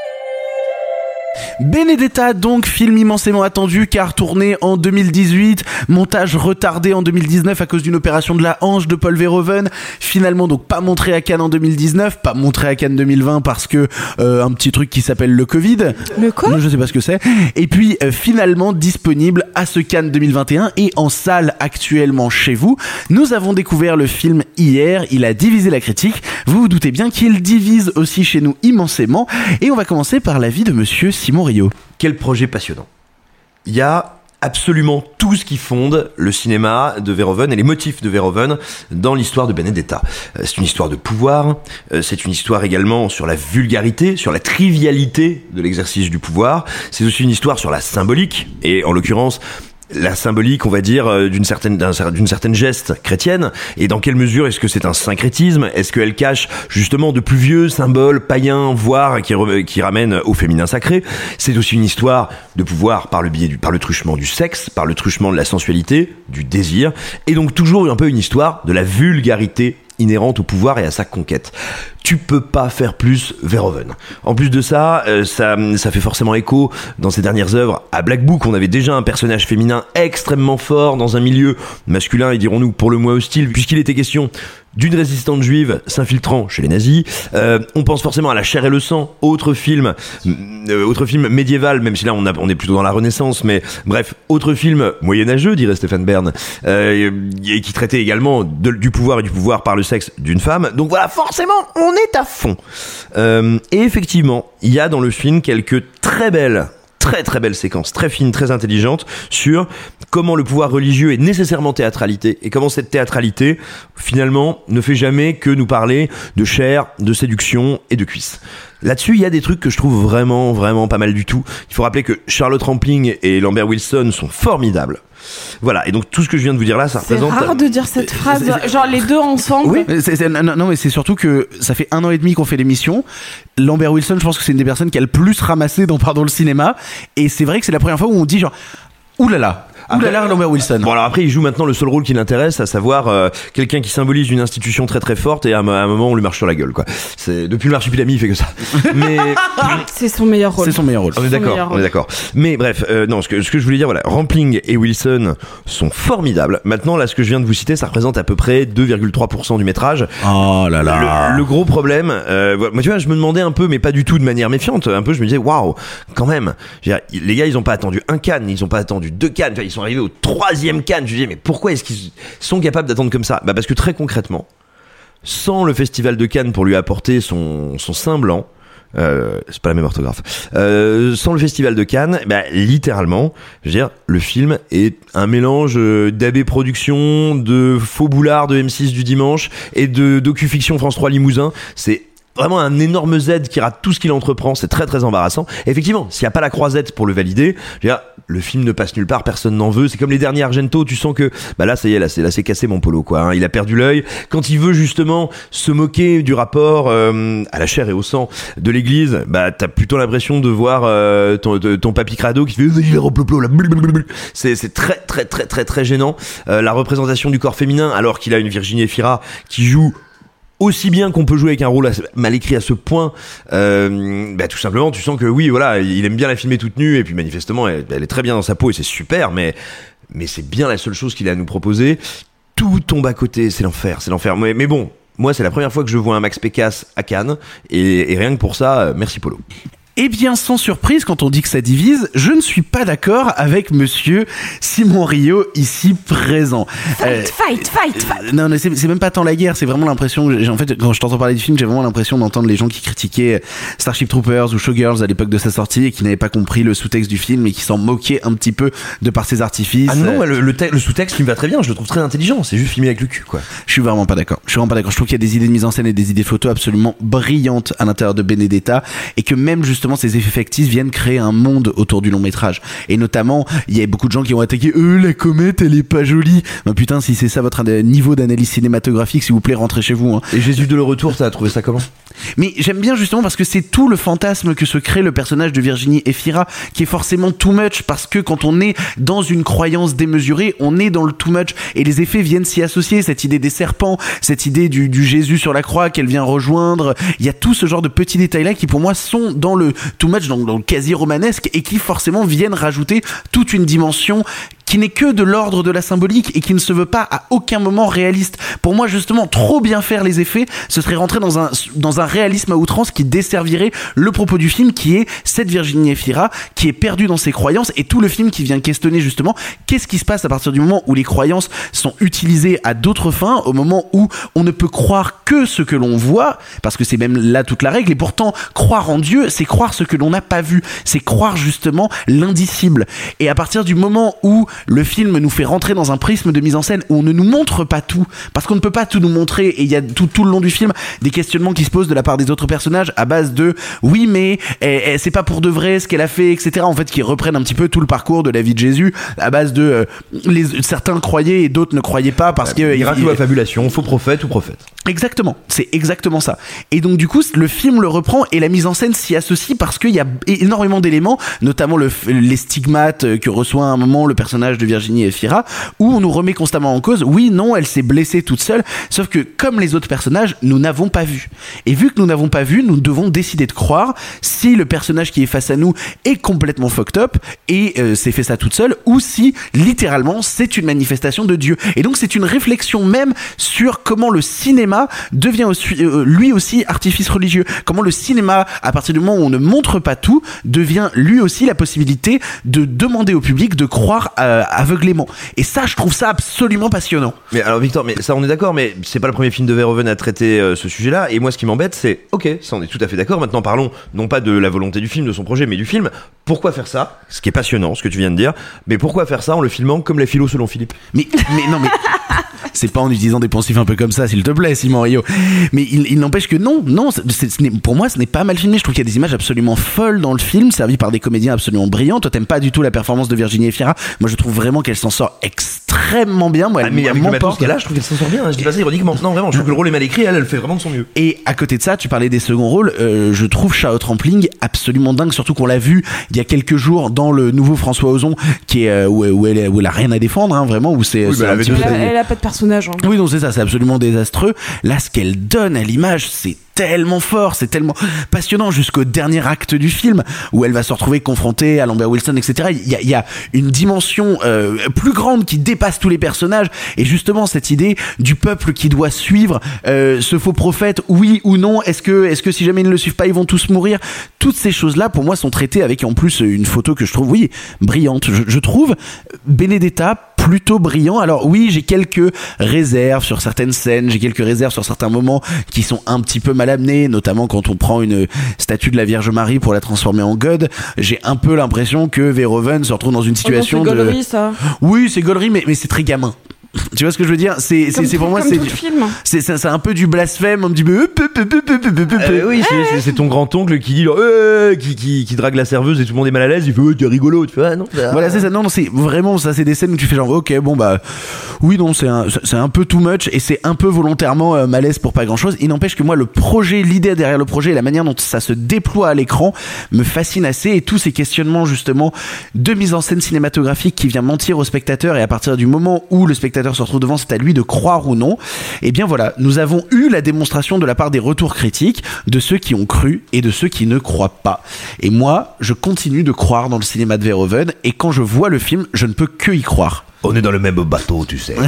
Benedetta, donc, film immensément attendu car tourné en deux mille dix-huit, montage retardé en deux mille dix-neuf à cause d'une opération de la hanche de Paul Verhoeven, finalement donc pas montré à Cannes en deux mille dix-neuf, pas montré à Cannes deux mille vingt parce que euh, un petit truc qui s'appelle le Covid. Le quoi ? Je sais pas ce que c'est. Et puis euh, finalement disponible à ce Cannes deux mille vingt et un et en salle actuellement chez vous. Nous avons découvert le film hier, il a divisé la critique, vous vous doutez bien qu'il divise aussi chez nous immensément, et on va commencer par l'avis de monsieur Simon Rio. Quel projet passionnant. Il y a absolument tout ce qui fonde le cinéma de Verhoeven et les motifs de Verhoeven dans l'histoire de Benedetta. C'est une histoire de pouvoir, c'est une histoire également sur la vulgarité, sur la trivialité de l'exercice du pouvoir, c'est aussi une histoire sur la symbolique, et en l'occurrence la symbolique, on va dire, d'une certaine, d'un, d'une certaine geste chrétienne, et dans quelle mesure est-ce que c'est un syncrétisme? Est-ce qu'elle cache justement de plus vieux symboles païens, voire qui, re, qui ramènent au féminin sacré? C'est aussi une histoire de pouvoir par le biais du, par le truchement du sexe, par le truchement de la sensualité, du désir, et donc toujours un peu une histoire de la vulgarité inhérente au pouvoir et à sa conquête. Tu peux pas faire plus Verhoeven. En plus de ça, euh, ça, ça fait forcément écho dans ses dernières œuvres à Black Book. On avait déjà un personnage féminin extrêmement fort dans un milieu masculin, et dirons-nous pour le moins hostile, puisqu'il était question d'une résistante juive s'infiltrant chez les nazis. Euh, on pense forcément à La chair et le sang, autre film, euh, autre film médiéval, même si là on, a, on est plutôt dans la Renaissance, mais bref, autre film moyenâgeux, dirait Stéphane Bern, euh, et qui traitait également de, du pouvoir et du pouvoir par le sexe d'une femme. Donc voilà, forcément, on est à fond. Euh, et effectivement, il y a dans le film quelques très belles très très belle séquence, très fine, très intelligente, sur comment le pouvoir religieux est nécessairement théâtralité, et comment cette théâtralité, finalement, ne fait jamais que nous parler de chair, de séduction et de cuisses. Là-dessus, il y a des trucs que je trouve vraiment, vraiment pas mal du tout. Il faut rappeler que Charlotte Rampling et Lambert Wilson sont formidables. Voilà, et donc tout ce que je viens de vous dire là, ça c'est représente... C'est rare de dire cette phrase, genre les deux ensemble. Oui, c'est, c'est, non, non, mais c'est surtout que ça fait un an et demi qu'on fait l'émission. Lambert Wilson, je pense que c'est une des personnes qui a le plus ramassé dans Pardon le cinéma, et c'est vrai que c'est la première fois où on dit genre, oulala, oulala, Lambert Wilson. Bon alors après il joue maintenant le seul rôle qui l'intéresse, à savoir euh, quelqu'un qui symbolise une institution très très forte, et à un, à un moment on lui marche sur la gueule quoi. C'est depuis le marsupilami il fait que ça. Mais c'est son meilleur rôle. C'est son meilleur rôle. On est d'accord, on est d'accord. Mais bref, euh, non, ce que ce que je voulais dire, voilà, Rampling et Wilson sont formidables. Maintenant là, ce que je viens de vous citer, ça représente à peu près deux virgule trois pour cent du métrage. Oh là là. Le, le gros problème, euh, moi tu vois, je me demandais un peu, mais pas du tout de manière méfiante, un peu, je me disais waouh, quand même. Je veux dire, les gars, ils ont pas attendu un Cannes, ils ont pas attendu deux Cannes, ils sont arrivés au troisième Cannes. Je me disais, mais pourquoi est-ce qu'ils sont capables d'attendre comme ça? Bah parce que très concrètement, sans le festival de Cannes pour lui apporter son son sein blanc, euh, c'est pas la même orthographe, euh, sans le festival de Cannes, bah littéralement, je veux dire, le film est un mélange d'A B Productions, de faux boulards de M six du dimanche et de docu-fiction France trois Limousin. C'est vraiment un énorme Z qui rate tout ce qu'il entreprend, c'est très très embarrassant. Et effectivement, s'il n'y a pas la croisette pour le valider, je veux dire, le film ne passe nulle part, personne n'en veut. C'est comme les derniers Argento, tu sens que bah là ça y est, là c'est là c'est cassé mon polo quoi. Hein. Il a perdu l'œil quand il veut justement se moquer du rapport euh, à la chair et au sang de l'Église. Bah t'as plutôt l'impression de voir euh, ton, ton papy crado qui fait il est reploplo là. C'est c'est très très très très très gênant. Euh, la représentation du corps féminin, alors qu'il a une Virginie Efira qui joue aussi bien qu'on peut jouer avec un rôle mal écrit à ce point, euh, bah tout simplement tu sens que oui voilà, il aime bien la filmer toute nue, et puis manifestement elle, elle est très bien dans sa peau et c'est super, mais mais c'est bien la seule chose qu'il a à nous proposer. Tout tombe à côté, c'est l'enfer, c'est l'enfer. Mais, mais bon, moi c'est la première fois que je vois un Max Pécasse à Cannes, et, et rien que pour ça, merci Polo. Eh bien, sans surprise, quand on dit que ça divise, je ne suis pas d'accord avec monsieur Simon Rio, ici présent. Fight, euh, fight, fight, fight. Non, c'est, c'est même pas tant la guerre, c'est vraiment l'impression, j'ai, en fait, quand je t'entends parler du film, j'ai vraiment l'impression d'entendre les gens qui critiquaient Starship Troopers ou Showgirls à l'époque de sa sortie et qui n'avaient pas compris le sous-texte du film et qui s'en moquaient un petit peu de par ses artifices. Ah non, le, le, te- le sous-texte qui me va très bien, je le trouve très intelligent, c'est juste filmé avec le cul, quoi. Je suis vraiment pas d'accord. Je suis vraiment pas d'accord. Je trouve qu'il y a des idées de mise en scène et des idées photos absolument brillantes à l'intérieur de Benedetta, et que même justement ces effets factices viennent créer un monde autour du long métrage. Et notamment, il y a beaucoup de gens qui ont attaqué euh la comète elle est pas jolie. Ben putain, si c'est ça votre niveau d'analyse cinématographique, s'il vous plaît, rentrez chez vous hein. Et Jésus de le retour, t'as trouvé ça comment? Mais j'aime bien justement parce que c'est tout le fantasme que se crée le personnage de Virginie Efira, qui est forcément too much, parce que quand on est dans une croyance démesurée, on est dans le too much, et les effets viennent s'y associer. Cette idée des serpents, cette idée du, du Jésus sur la croix qu'elle vient rejoindre, il y a tout ce genre de petits détails là qui pour moi sont dans le too much, dans, dans le quasi romanesque, et qui forcément viennent rajouter toute une dimension qui n'est que de l'ordre de la symbolique et qui ne se veut pas à aucun moment réaliste. Pour moi, justement, trop bien faire les effets, ce serait rentrer dans un, dans un réalisme à outrance qui desservirait le propos du film, qui est cette Virginie Efira qui est perdue dans ses croyances, et tout le film qui vient questionner justement qu'est-ce qui se passe à partir du moment où les croyances sont utilisées à d'autres fins, au moment où on ne peut croire que ce que l'on voit, parce que c'est même là toute la règle, et pourtant croire en Dieu, c'est croire ce que l'on n'a pas vu, c'est croire justement l'indicible. Et à partir du moment où le film nous fait rentrer dans un prisme de mise en scène où on ne nous montre pas tout, parce qu'on ne peut pas tout nous montrer, et il y a tout, tout le long du film des questionnements qui se posent de la part des autres personnages à base de oui mais eh, eh, c'est pas pour de vrai ce qu'elle a fait, etc., en fait, qui reprennent un petit peu tout le parcours de la vie de Jésus à base de euh, les, certains croyaient et d'autres ne croyaient pas parce que miracle ou affabulation, faux prophète ou prophète. Exactement, c'est exactement ça. Et donc du coup le film le reprend et la mise en scène s'y associe parce qu'il y a énormément d'éléments, notamment le, les stigmates que reçoit à un moment le personnage de Virginie Efira, où on nous remet constamment en cause, oui, non, elle s'est blessée toute seule, sauf que comme les autres personnages, nous n'avons pas vu. Et vu que nous n'avons pas vu, nous devons décider de croire si le personnage qui est face à nous est complètement fucked up et euh, s'est fait ça toute seule, ou si littéralement c'est une manifestation de Dieu. Et donc c'est une réflexion même sur comment le cinéma devient aussi, euh, lui aussi artifice religieux, comment le cinéma, à partir du moment où on ne montre pas tout, devient lui aussi la possibilité de demander au public de croire euh, aveuglément. Et ça, je trouve ça absolument passionnant. Mais alors Victor, mais ça on est d'accord, mais c'est pas le premier film de Verhoeven à traiter euh, ce sujet-là, et moi ce qui m'embête c'est, ok, ça on est tout à fait d'accord, maintenant parlons non pas de la volonté du film, de son projet, mais du film. Pourquoi faire ça ? Ce qui est passionnant, ce que tu viens de dire, mais pourquoi faire ça en le filmant comme la philo selon Philippe ? Mais, mais non mais... C'est pas en utilisant des poncifs un peu comme ça, s'il te plaît, Simon Rio. Mais il, il n'empêche que non, non, c'est, c'est, pour moi, ce n'est pas mal filmé. Je trouve qu'il y a des images absolument folles dans le film, servies par des comédiens absolument brillants. Toi, t'aimes pas du tout la performance de Virginie Efira. Moi, je trouve vraiment qu'elle s'en sort extrêmement bien. Moi, elle ah, mais avec le matos qu'elle a, je trouve qu'elle s'en sort bien. Hein. Je dis pas ça ironiquement. Non, vraiment, je trouve que le rôle est mal écrit. Elle, elle fait vraiment de son mieux. Et à côté de ça, tu parlais des seconds rôles. Euh, je trouve Charlotte Rampling absolument dingue, surtout qu'on l'a vu il y a quelques jours dans le nouveau François Ozon, qui est euh, où, où, elle, où elle a rien à défendre, hein, vraiment. Où c'est, oui, c'est bah, elle, a, elle a pas de personnage. Hein. Oui, donc c'est ça, c'est absolument désastreux. Là, ce qu'elle donne à l'image, c'est tellement fort, c'est tellement passionnant jusqu'au dernier acte du film où elle va se retrouver confrontée à Lambert Wilson, et cetera. Il y a, il y a une dimension euh, plus grande qui dépasse tous les personnages, et justement cette idée du peuple qui doit suivre euh, ce faux prophète, oui ou non, est-ce que, est-ce que si jamais ils ne le suivent pas, ils vont tous mourir. Toutes ces choses-là, pour moi, sont traitées avec en plus une photo que je trouve, oui, brillante. Je, je trouve Benedetta plutôt brillant. Alors oui, j'ai quelques réserves sur certaines scènes, j'ai quelques réserves sur certains moments qui sont un petit peu mal amenés, notamment quand on prend une statue de la Vierge Marie pour la transformer en God. J'ai un peu l'impression que Verhoeven se retrouve dans une situation oh non, c'est de... gaulerie, ça. Oui, c'est gaulerie, mais, mais c'est très gamin. Tu vois ce que je veux dire? C'est, c'est, c'est pour moi, c'est, c'est, c'est, c'est un peu du blasphème, un petit peu. Euh, oui, c'est, c'est, c'est ton grand-oncle qui dit, euh, qui, qui, qui drague la serveuse et tout le monde est mal à l'aise. Il fait, ouais, t'es rigolo. Tu fais, ah non. Bah, voilà, c'est ça. Non, non, c'est vraiment ça. C'est des scènes où tu fais genre, ok, bon bah, oui, non, c'est un, c'est un peu too much et c'est un peu volontairement euh, malaise pour pas grand-chose. Il n'empêche que moi, le projet, l'idée derrière le projet et la manière dont ça se déploie à l'écran me fascine assez, et tous ces questionnements justement de mise en scène cinématographique qui vient mentir au spectateur, et à partir du moment où le spectateur se retrouve devant, c'est à lui de croire ou non. Et bien voilà, nous avons eu la démonstration de la part des retours critiques, de ceux qui ont cru et de ceux qui ne croient pas. Et moi, je continue de croire dans le cinéma de Verhoeven, et quand je vois le film, je ne peux que y croire. On est dans le même bateau, tu sais.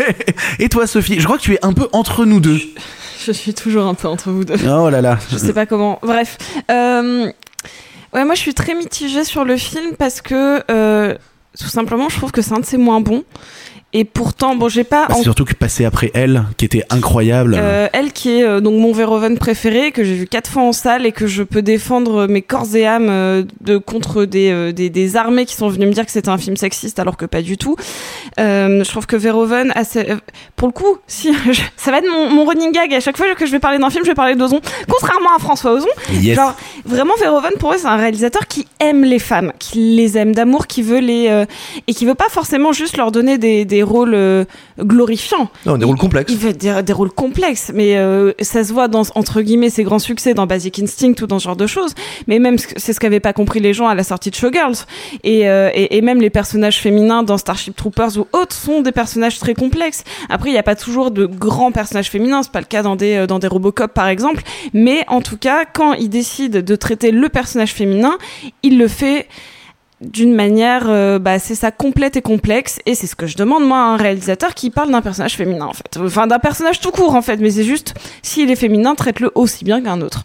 Et toi, Sophie, je crois que tu es un peu entre nous deux. Je suis toujours un peu entre vous deux. Oh là là. Je sais pas comment. Bref. Euh... Ouais, moi je suis très mitigée sur le film parce que euh, tout simplement je trouve que c'est un de ses moins bons. Et pourtant, bon, j'ai pas. Bah, c'est en... surtout que passer après Elle, qui était incroyable. Euh, elle, qui est euh, donc mon Verhoeven préféré, que j'ai vu quatre fois en salle et que je peux défendre mes corps et âme euh, de contre des, euh, des des armées qui sont venues me dire que c'était un film sexiste, alors que pas du tout. Euh, je trouve que Verhoeven, assez, euh, pour le coup, si je, ça va être mon, mon running gag. À chaque fois que je vais parler d'un film, je vais parler d'Ozon. Contrairement à François Ozon, yes. Genre vraiment Verhoeven pour moi c'est un réalisateur qui aime les femmes, qui les aime d'amour, qui veut les euh, et qui veut pas forcément juste leur donner des des rôles euh, glorifiants. Non, des rôles complexes. Il veut dire des rôles complexes, mais euh, ça se voit dans entre guillemets ses grands succès dans Basic Instinct ou dans ce genre de choses. Mais même c'est ce qu'avaient pas compris les gens à la sortie de Showgirls. Et, euh, et et même les personnages féminins dans Starship Troopers ou autres sont des personnages très complexes. Après, il y a pas toujours de grands personnages féminins, c'est pas le cas dans des dans des Robocop par exemple. Mais en tout cas, quand il décide de traiter le personnage féminin, il le fait d'une manière, euh, bah, c'est ça, complète et complexe, et c'est ce que je demande moi à un réalisateur qui parle d'un personnage féminin en fait, enfin d'un personnage tout court en fait, mais c'est juste, s'il est féminin, traite-le aussi bien qu'un autre.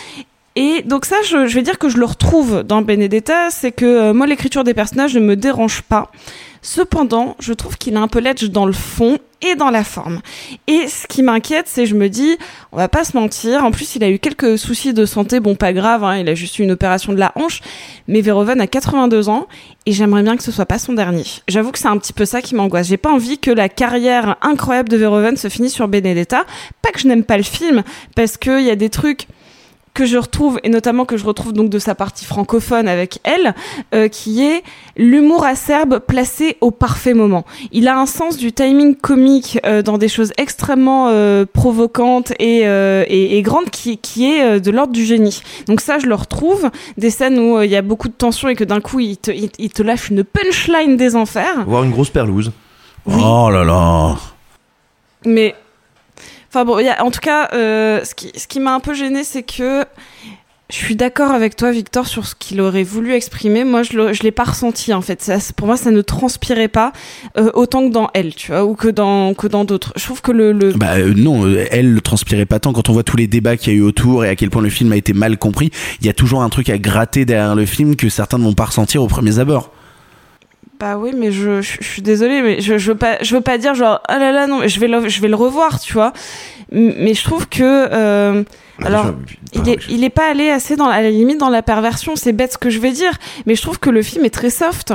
Et donc ça, je, je vais dire que je le retrouve dans Benedetta, c'est que euh, moi l'écriture des personnages ne me dérange pas. Cependant, je trouve qu'il est un peu ledge dans le fond et dans la forme. Et ce qui m'inquiète, c'est je me dis, on va pas se mentir, en plus il a eu quelques soucis de santé, bon pas grave, hein, il a juste eu une opération de la hanche, mais Verhoeven a quatre-vingt-deux ans et j'aimerais bien que ce soit pas son dernier. J'avoue que c'est un petit peu ça qui m'angoisse. J'ai pas envie que la carrière incroyable de Verhoeven se finisse sur Benedetta. Pas que je n'aime pas le film, parce qu'il y a des trucs que je retrouve, et notamment que je retrouve donc de sa partie francophone avec elle, euh, qui est l'humour acerbe placé au parfait moment. Il a un sens du timing comique euh, dans des choses extrêmement euh, provocantes et, euh, et, et grandes qui, qui est euh, de l'ordre du génie. Donc ça, je le retrouve. Des scènes où il euh, y a beaucoup de tension et que d'un coup, il te, il, il te lâche une punchline des enfers. Voir une grosse perlouse. Oui. Oh là là. Mais... Enfin bon, y a, en tout cas, euh, ce qui, ce qui m'a un peu gênée, c'est que je suis d'accord avec toi, Victor, sur ce qu'il aurait voulu exprimer. Moi, je, le, je l'ai pas ressenti, en fait. Ça, pour moi, ça ne transpirait pas euh, autant que dans Elle, tu vois, ou que dans, que dans d'autres. Je trouve que le... le... Bah euh, non, Elle ne transpirait pas tant. Quand on voit tous les débats qu'il y a eu autour et à quel point le film a été mal compris, il y a toujours un truc à gratter derrière le film que certains ne vont pas ressentir au premier abord. Bah oui, mais je, je, je suis désolée, mais je, je veux pas, je veux pas dire genre, ah là là, non, mais je vais le, je vais le revoir, tu vois. Mais je trouve que, euh, alors, il est, il est pas allé assez dans, à la limite dans la perversion, c'est bête ce que je vais dire, mais je trouve que le film est très soft.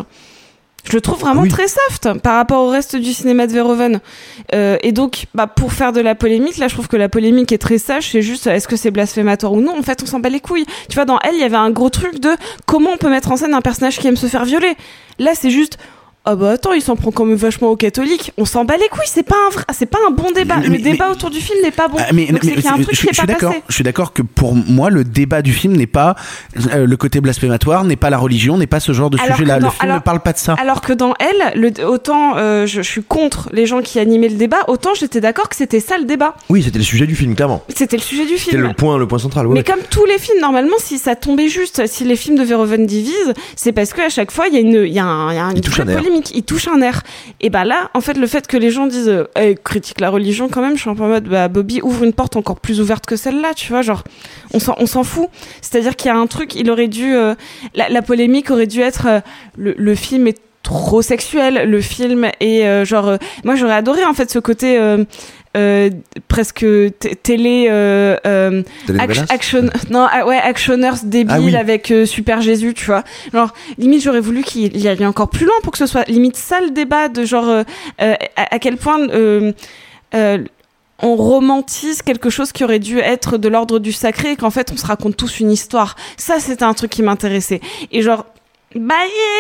Je le trouve vraiment oui. très soft par rapport au reste du cinéma de Verhoeven. Euh, et donc, bah, pour faire de la polémique, là, je trouve que la polémique est très sage. C'est juste, est-ce que c'est blasphématoire ou non? En fait, on s'en bat les couilles. Tu vois, dans Elle, il y avait un gros truc de comment on peut mettre en scène un personnage qui aime se faire violer. Là, c'est juste... Ah bah attends, il s'en prend quand même vachement aux catholiques. On s'en bat les couilles, c'est pas un vrai, c'est pas un bon débat. Mais, le mais, débat mais, autour du film n'est pas bon. Mais, Donc mais, c'est qu'il y a un truc je, qui est je pas suis d'accord. passé. Je suis d'accord que pour moi, le débat du film n'est pas euh, le côté blasphématoire, n'est pas la religion, n'est pas ce genre de alors sujet-là. Dans, le film alors, ne parle pas de ça. Alors que dans Elle, le, autant euh, je, je suis contre les gens qui animaient le débat, autant j'étais d'accord que c'était ça le débat. Oui, c'était le sujet du film, clairement. C'était le sujet du film. C'était le point, le point central. Ouais. Mais comme tous les films, normalement, si ça tombait juste, si les films de Verhoeven divisent, c'est parce qu'à chaque fois, il y a une, il y a un, il y a une vraie polémique. Il touche un air. Et bah là, en fait, le fait que les gens disent hey, critique la religion quand même, je suis un peu en mode bah Bobby ouvre une porte encore plus ouverte que celle-là, tu vois, genre on s'en on s'en fout. C'est-à-dire qu'il y a un truc, il aurait dû euh, la, la polémique aurait dû être euh, le, le film est trop sexuel, le film est euh, genre euh, moi j'aurais adoré en fait ce côté euh, Euh, presque t- télé euh, euh, action, action non ah, ouais actionneurs débiles ah oui. avec euh, Super Jésus, tu vois, genre limite j'aurais voulu qu'il y aille encore plus loin pour que ce soit limite ça le débat de genre euh, euh, à, à quel point euh, euh, on romantise quelque chose qui aurait dû être de l'ordre du sacré et qu'en fait on se raconte tous une histoire. Ça c'était un truc qui m'intéressait et genre bah,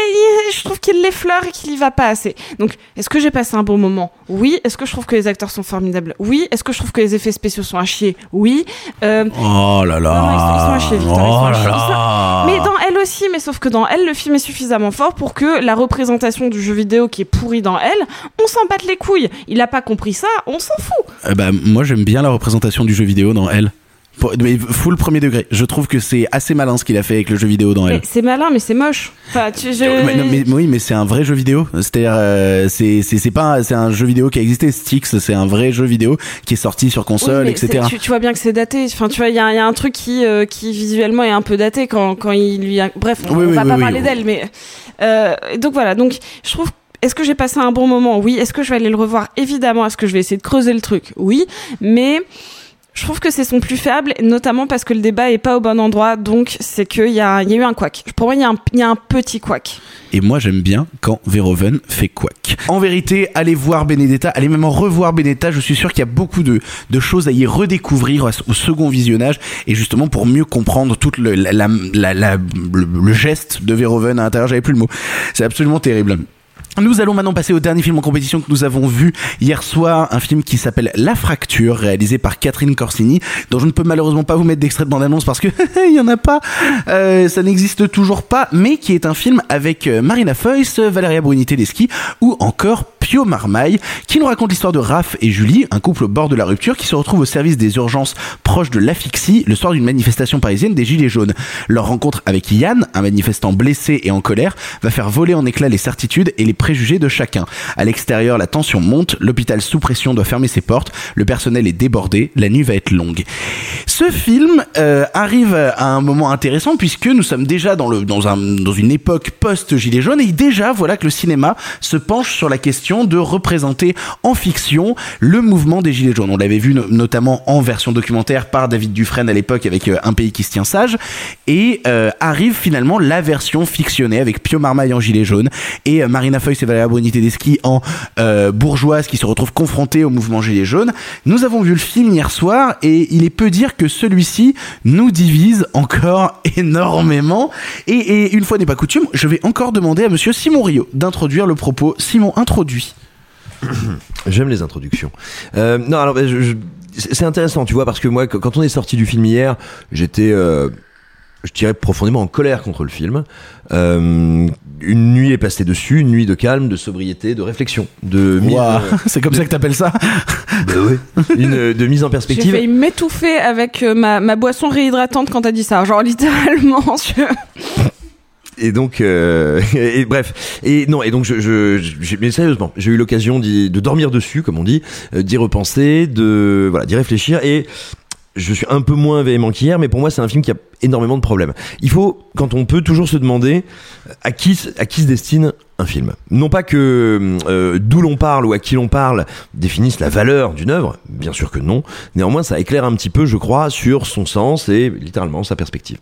je trouve qu'il l'effleure et qu'il y va pas assez. Donc, est-ce que j'ai passé un bon moment? Oui. Est-ce que je trouve que les acteurs sont formidables? Oui. Est-ce que je trouve que les effets spéciaux sont à chier? Oui. Euh... Oh là là. Non, non, ils, sont, ils sont à chier, Victor. Oh ils sont à là chier. là. Mais dans Elle aussi, mais sauf que dans Elle, le film est suffisamment fort pour que la représentation du jeu vidéo qui est pourri dans Elle, on s'en batte les couilles. Il a pas compris ça, on s'en fout. Euh, bah, moi, j'aime bien la représentation du jeu vidéo dans Elle. Mais full premier degré. Je trouve que c'est assez malin ce qu'il a fait avec le jeu vidéo dans Elle. C'est malin, mais c'est moche. Enfin, tu, je... mais, non, mais, oui, mais c'est un vrai jeu vidéo. C'est-à-dire, euh, c'est, c'est, c'est pas, un, c'est un jeu vidéo qui a existé. Styx, c'est un vrai jeu vidéo qui est sorti sur console, oui, et cetera. Tu, tu vois bien que c'est daté. Enfin, tu vois, il y a, y a un truc qui, euh, qui visuellement est un peu daté quand, quand il lui a... Bref, on, oui, on oui, va oui, pas oui, parler oui. d'elle, mais euh, donc voilà. Donc, je trouve. Est-ce que j'ai passé un bon moment? Oui. Est-ce que je vais aller le revoir? Évidemment. Est-ce que je vais essayer de creuser le truc? Oui. Mais je trouve que c'est son plus faible, notamment parce que le débat est pas au bon endroit, donc c'est qu'il y a, il y a eu un couac. Pour moi, il y a un, il y a un petit couac. Et moi, j'aime bien quand Verhoeven fait couac. En vérité, allez voir Benedetta, allez même en revoir Benedetta. Je suis sûr qu'il y a beaucoup de, de choses à y redécouvrir au second visionnage, et justement pour mieux comprendre tout le, la, la, la, la, le, le geste de Verhoeven à l'intérieur. J'avais plus le mot. C'est absolument terrible. Nous allons maintenant passer au dernier film en compétition que nous avons vu hier soir, un film qui s'appelle La Fracture, réalisé par Catherine Corsini, dont je ne peux malheureusement pas vous mettre d'extrait de bande-annonce parce que il y en a pas, euh, ça n'existe toujours pas, mais qui est un film avec Marina Foïs, Valeria Bruni-Tedeschi ou encore Pio Marmaille, qui nous raconte l'histoire de Raph et Julie, un couple au bord de la rupture qui se retrouve au service des urgences proches de l'asphyxie le soir d'une manifestation parisienne des Gilets jaunes. Leur rencontre avec Yann, un manifestant blessé et en colère, va faire voler en éclats les certitudes et les préjugés de chacun. À l'extérieur, la tension monte, l'hôpital sous pression doit fermer ses portes, le personnel est débordé, la nuit va être longue. Ce film euh, arrive à un moment intéressant puisque nous sommes déjà dans, le, dans, un, dans une époque post-Gilets jaunes et déjà voilà que le cinéma se penche sur la question de représenter en fiction le mouvement des Gilets jaunes. On l'avait vu no- notamment en version documentaire par David Dufresne à l'époque avec euh, Un pays qui se tient sage et euh, arrive finalement la version fictionnée avec Pio Marmaille en Gilets jaunes et euh, Marina Foïs et Valéria Bruni Tedeschi en euh, bourgeoise qui se retrouvent confrontées au mouvement Gilets jaunes. Nous avons vu le film hier soir et il est peu dire que celui-ci nous divise encore énormément et, et une fois n'est pas coutume, je vais encore demander à monsieur Simon Rio d'introduire le propos. Simon, introduit. J'aime les introductions. Euh, non, alors je, je, c'est intéressant, tu vois, parce que moi, quand on est sorti du film hier, j'étais, euh, je dirais, profondément en colère contre le film. Euh, une nuit est passée dessus, une nuit de calme, de sobriété, de réflexion, de mise. Wow, c'est comme de... ça que t'appelles ça? Bah oui. Une de mise en perspective. J'ai failli m'étouffer avec euh, ma, ma boisson réhydratante quand t'as dit ça, genre littéralement. Je... Et donc, euh, et, et bref, et non, et donc je, je, je mais sérieusement, j'ai eu l'occasion d'y, de dormir dessus, comme on dit, euh, d'y repenser, de voilà, d'y réfléchir, et je suis un peu moins véhément qu'hier, mais pour moi, c'est un film qui a énormément de problèmes. Il faut, quand on peut, toujours se demander à qui, à qui se destine un film. Non pas que euh, d'où l'on parle ou à qui l'on parle définisse la valeur d'une œuvre, bien sûr que non. Néanmoins, ça éclaire un petit peu, je crois, sur son sens et littéralement sa perspective.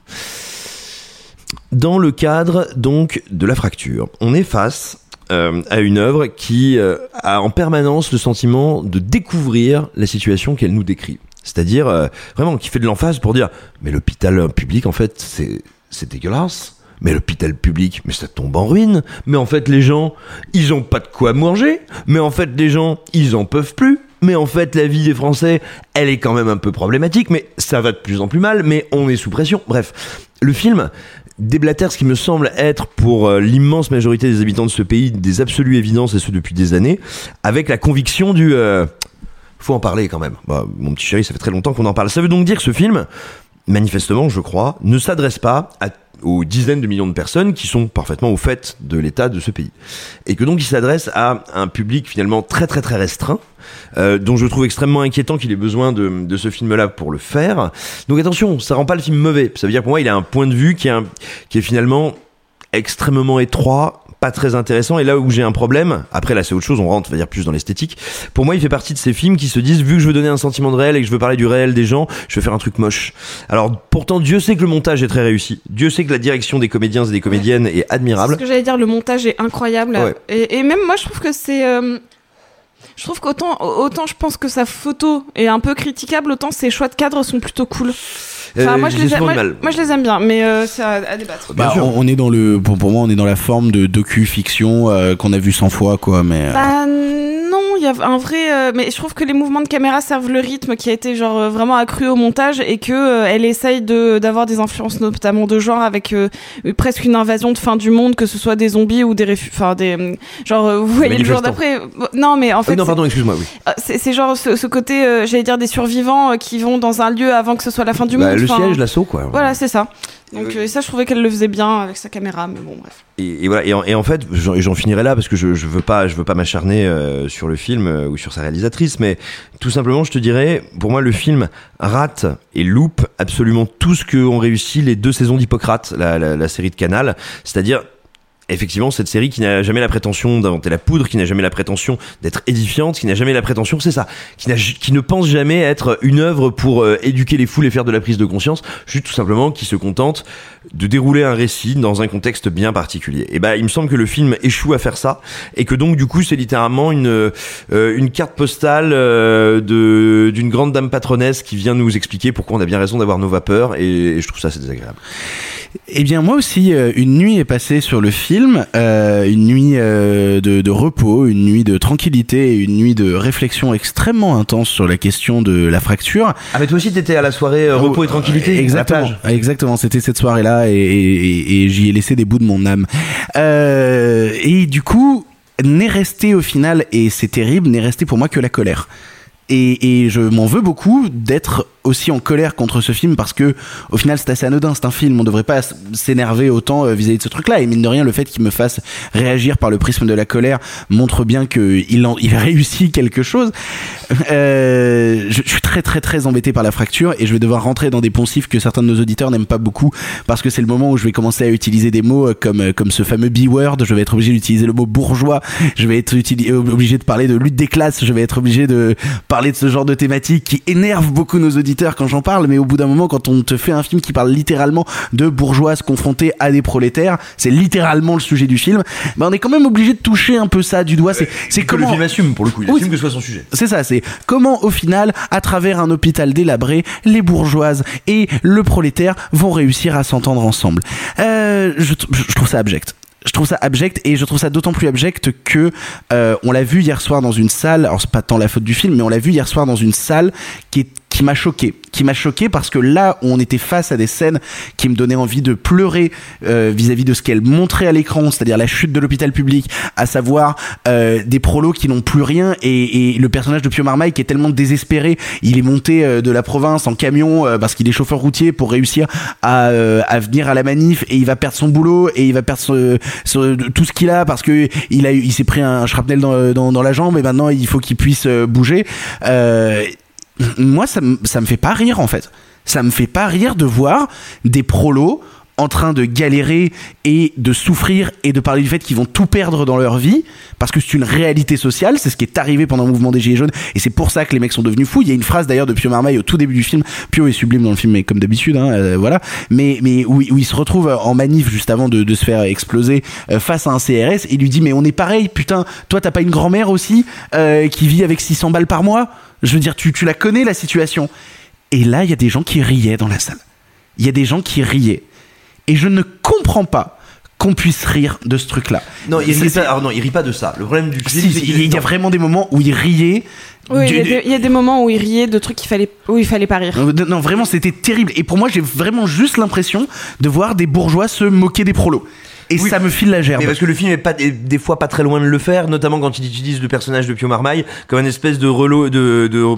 Dans le cadre donc de La Fracture, on est face euh, à une œuvre qui euh, a en permanence le sentiment de découvrir la situation qu'elle nous décrit. C'est-à-dire euh, vraiment qui fait de l'emphase pour dire mais l'hôpital public en fait c'est c'est dégueulasse. Mais l'hôpital public, mais ça tombe en ruine. Mais en fait les gens, ils ont pas de quoi manger. Mais en fait les gens, ils en peuvent plus. Mais en fait la vie des Français, elle est quand même un peu problématique. Mais ça va de plus en plus mal. Mais on est sous pression. Bref, le film déblatère ce qui me semble être pour euh, l'immense majorité des habitants de ce pays des absolues évidences et ce depuis des années, avec la conviction du euh, faut en parler quand même. Bah, mon petit chéri, ça fait très longtemps qu'on en parle. Ça veut donc dire que ce film, manifestement, je crois, ne s'adresse pas à aux dizaines de millions de personnes qui sont parfaitement au fait de l'état de ce pays. Et que donc il s'adresse à un public finalement très très très restreint, euh, dont je trouve extrêmement inquiétant qu'il ait besoin de, de ce film-là pour le faire. Donc attention, ça rend pas le film mauvais. Ça veut dire pour moi il a un point de vue qui est, un, qui est finalement extrêmement étroit, pas très intéressant, et là où j'ai un problème, après là c'est autre chose, on rentre, on va dire plus dans l'esthétique, pour moi il fait partie de ces films qui se disent, vu que je veux donner un sentiment de réel et que je veux parler du réel des gens, je vais faire un truc moche. Alors pourtant Dieu sait que le montage est très réussi, Dieu sait que la direction des comédiens et des comédiennes est admirable. C'est ce que j'allais dire, le montage est incroyable, ouais. et, et même moi je trouve que c'est... Euh... Je trouve qu'autant autant je pense que sa photo est un peu critiquable, autant ses choix de cadres sont plutôt cool. Enfin, euh, moi, je les aime, moi, moi je les aime bien, mais euh, c'est à, à débattre. Bah, on, on est dans le, pour, pour moi, on est dans la forme de docu-fiction euh, qu'on a vu cent fois, quoi. Mais euh... bah non, il y a un vrai. Euh, mais je trouve que les mouvements de caméra servent le rythme qui a été genre euh, vraiment accru au montage et que euh, elle essaye de d'avoir des influences notamment de genre avec euh, presque une invasion de fin du monde, que ce soit des zombies ou des réfugiés, enfin des genre euh, vous voyez le jour d'après. Non, mais en fait. Euh, non, pardon, excuse-moi. Oui. C'est, c'est genre ce, ce côté, euh, j'allais dire des survivants euh, qui vont dans un lieu avant que ce soit la fin du bah, monde. Le siège, l'assaut, quoi. Voilà, c'est ça. Donc euh, ça, je trouvais qu'elle le faisait bien avec sa caméra, mais bon, bref. Et, et voilà. Et en, et en fait, j'en, j'en finirai là parce que je, je veux pas, je veux pas m'acharner euh, sur le film euh, ou sur sa réalisatrice, mais tout simplement, je te dirais, pour moi, le film rate et loupe absolument tout ce qu'ont réussi les deux saisons d'Hippocrate, la, la, la série de Canal, c'est-à-dire. Effectivement, cette série qui n'a jamais la prétention d'inventer la poudre, qui n'a jamais la prétention d'être édifiante, qui n'a jamais la prétention, c'est ça, qui, n'a, qui ne pense jamais être une œuvre pour euh, éduquer les foules et faire de la prise de conscience, juste tout simplement qui se contente de dérouler un récit dans un contexte bien particulier. Et ben, il me semble que le film échoue à faire ça, et que donc du coup, c'est littéralement une euh, une carte postale euh, de d'une grande dame patronnesse qui vient nous expliquer pourquoi on a bien raison d'avoir nos vapeurs, et, et je trouve ça assez désagréable. Eh bien moi aussi, euh, une nuit est passée sur le film, euh, une nuit euh, de, de repos, une nuit de tranquillité, une nuit de réflexion extrêmement intense sur la question de la fracture. Ah mais toi aussi t'étais à la soirée euh, repos et tranquillité. Exactement, exactement, c'était cette soirée-là et, et, et, et j'y ai laissé des bouts de mon âme. Euh, et du coup... n'est resté au final, et c'est terrible, n'est resté pour moi que la colère. Et, et je m'en veux beaucoup d'être aussi en colère contre ce film parce que au final c'est assez anodin, c'est un film, on devrait pas s'énerver autant vis-à-vis de ce truc-là, et mine de rien le fait qu'il me fasse réagir par le prisme de la colère montre bien qu'il en, il a réussi quelque chose. Euh, je, je suis très très très embêté par la fracture et je vais devoir rentrer dans des poncifs que certains de nos auditeurs n'aiment pas beaucoup parce que c'est le moment où je vais commencer à utiliser des mots comme, comme ce fameux B-word, je vais être obligé d'utiliser le mot bourgeois, je vais être utili- obligé de parler de lutte des classes, je vais être obligé de parler de ce genre de thématique qui énerve beaucoup nos auditeurs quand j'en parle, mais au bout d'un moment quand on te fait un film qui parle littéralement de bourgeoises confrontées à des prolétaires, c'est littéralement le sujet du film, ben on est quand même obligé de toucher un peu ça du doigt. C'est, c'est comment le film assume pour le coup, il oui, assume que ce soit son sujet. C'est ça, c'est comment au final, à travers un hôpital délabré, les bourgeoises et le prolétaire vont réussir à s'entendre ensemble. Euh, je, je trouve ça abject. Je trouve ça abject et je trouve ça d'autant plus abject que euh, on l'a vu hier soir dans une salle, alors c'est pas tant la faute du film, mais on l'a vu hier soir dans une salle qui est qui m'a choqué, qui m'a choqué parce que là on était face à des scènes qui me donnaient envie de pleurer euh, vis-à-vis de ce qu'elle montrait à l'écran, c'est-à-dire la chute de l'hôpital public, à savoir euh, des prolos qui n'ont plus rien et, et le personnage de Pio Marmaille qui est tellement désespéré, il est monté euh, de la province en camion euh, parce qu'il est chauffeur routier pour réussir à, euh, à venir à la manif et il va perdre son boulot et il va perdre ce, ce, tout ce qu'il a parce que il a il s'est pris un shrapnel dans, dans, dans la jambe et maintenant il faut qu'il puisse euh, bouger. Euh, moi ça me ça me fait pas rire en fait. Ça me fait pas rire de voir des prolos en train de galérer et de souffrir et de parler du fait qu'ils vont tout perdre dans leur vie parce que c'est une réalité sociale, c'est ce qui est arrivé pendant le mouvement des Gilets jaunes et c'est pour ça que les mecs sont devenus fous. Il y a une phrase d'ailleurs de Pio Marmaille au tout début du film, Pio est sublime dans le film mais comme d'habitude hein, euh, voilà, mais mais où, où il se retrouve en manif juste avant de, de se faire exploser euh, face à un C R S et il lui dit mais on est pareil, putain, toi t'as pas une grand-mère aussi euh, qui vit avec six cents balles par mois, je veux dire tu, tu la connais la situation. Et là il y a des gens qui riaient dans la salle, il y a des gens qui riaient. Et je ne comprends pas qu'on puisse rire de ce truc-là. Non, il rit pas, alors non, il rit pas de ça. Le problème du film, si, c'est si, qu'il il y a vraiment des moments où il riait. Oui, du, il, y a des, il y a des moments où il riait de trucs qu'il fallait, où il fallait pas rire. Non, vraiment, c'était terrible. Et pour moi, j'ai vraiment juste l'impression de voir des bourgeois se moquer des prolos. Et oui, ça me file la gerbe. Mais parce que le film est pas est des fois pas très loin de le faire, notamment quand il utilise le personnage de Pio Marmaille comme une espèce de relot de de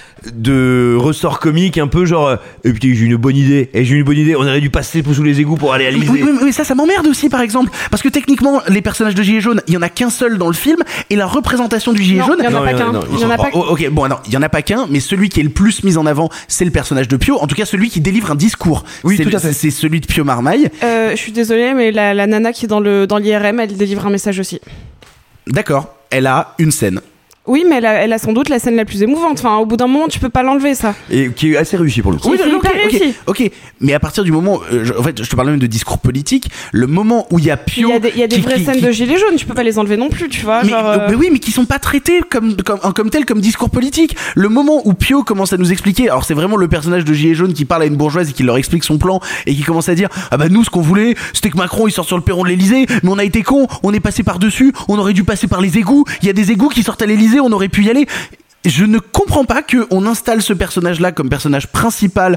de ressort comique un peu genre et putain j'ai une bonne idée et j'ai une bonne idée on aurait dû passer sous les égouts pour aller à l'Élysée. Oui, oui, oui, ça ça m'emmerde aussi par exemple parce que techniquement les personnages de Gilets jaunes il y en a qu'un seul dans le film et la représentation du Gilet non, jaune il y en a non, pas qu'un non, il y en a pas oh, ok bon non il y en a pas qu'un mais celui qui est le plus mis en avant c'est le personnage de Pio, en tout cas celui qui délivre un discours. Oui, c'est, tout à fait. C'est celui de Pio Marmaille. Euh, je suis désolée mais la, la nana qui est dans le dans l'I R M elle délivre un message aussi. D'accord, elle a une scène. Oui, mais elle a, elle a sans doute la scène la plus émouvante. Enfin, au bout d'un moment, tu peux pas l'enlever, ça. Et qui est assez réussi pour le coup. Oui, c'est hyper réussi. Ok, mais à partir du moment, euh, je, en fait, je te parle même de discours politique. Le moment où il y a Pio, il y a des, il y a des qui, vraies qui, scènes qui... de gilets jaunes. Tu peux pas les enlever non plus, tu vois. Mais, genre, euh... euh... mais oui, mais qui sont pas traités comme comme comme tel comme discours politique. Le moment où Pio commence à nous expliquer, alors c'est vraiment le personnage de Gilet jaune qui parle à une bourgeoise et qui leur explique son plan et qui commence à dire ah bah nous ce qu'on voulait c'était que Macron il sorte sur le perron de l'Élysée, mais on a été cons, on est passé par dessus, on aurait dû passer par les égouts. Il y a des égouts qui sortent à l'Élysée, on aurait pu y aller. Je ne comprends pas qu'on installe ce personnage-là comme personnage principal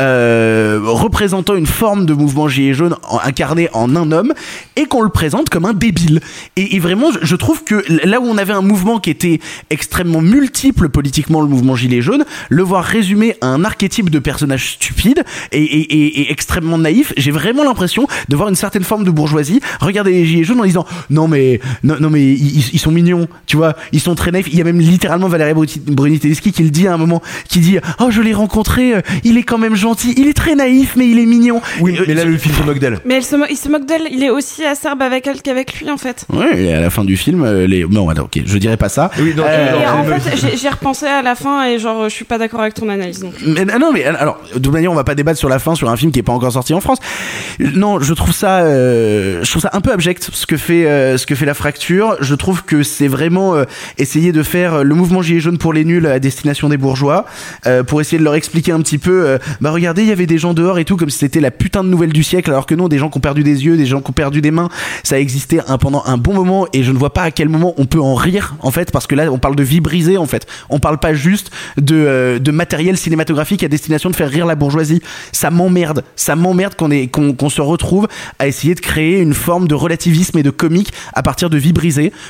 euh, représentant une forme de mouvement gilet jaune en, incarné en un homme et qu'on le présente comme un débile. Et, et vraiment, je trouve que là où on avait un mouvement qui était extrêmement multiple politiquement, le mouvement gilet jaune, le voir résumé à un archétype de personnage stupide et, et, et, et extrêmement naïf, j'ai vraiment l'impression de voir une certaine forme de bourgeoisie regarder les gilets jaunes en disant non mais non, non mais ils, ils sont mignons, tu vois, ils sont très naïfs. Il y a même littéralement Valérie Brutti Bruni Tedeschi qui le dit à un moment, qui dit oh je l'ai rencontré, euh, il est quand même gentil, il est très naïf mais il est mignon. Oui, euh, mais là le film se moque d'elle. Mais elle se mo- il se moque d'elle, il est aussi acerbe avec elle qu'avec lui en fait. Ouais, et à la fin du film, euh, les non alors, ok, je dirais pas ça. Oui, non, euh, non, et non, en non, fait, j'ai, j'ai repensé à la fin et genre je suis pas d'accord avec ton analyse donc. Mais non mais alors de toute manière on va pas débattre sur la fin sur un film qui est pas encore sorti en France. Non, je trouve ça euh, je trouve ça un peu abject ce que fait euh, ce que fait La Fracture. Je trouve que c'est vraiment euh, essayer de faire le mouvement gilet jaune pour les nuls à destination des bourgeois euh, pour essayer de leur expliquer un petit peu euh, bah regardez il y avait des gens dehors et tout comme si c'était la putain de nouvelle du siècle alors que non, des gens qui ont perdu des yeux, des gens qui ont perdu des mains, ça a existé un, pendant un bon moment et je ne vois pas à quel moment on peut en rire en fait parce que là on parle de vie brisée en fait, on parle pas juste de, euh, de matériel cinématographique à destination de faire rire la bourgeoisie. Ça m'emmerde, ça m'emmerde qu'on, est, qu'on, qu'on se retrouve à essayer de créer une forme de relativisme et de comique à partir de vie brisée.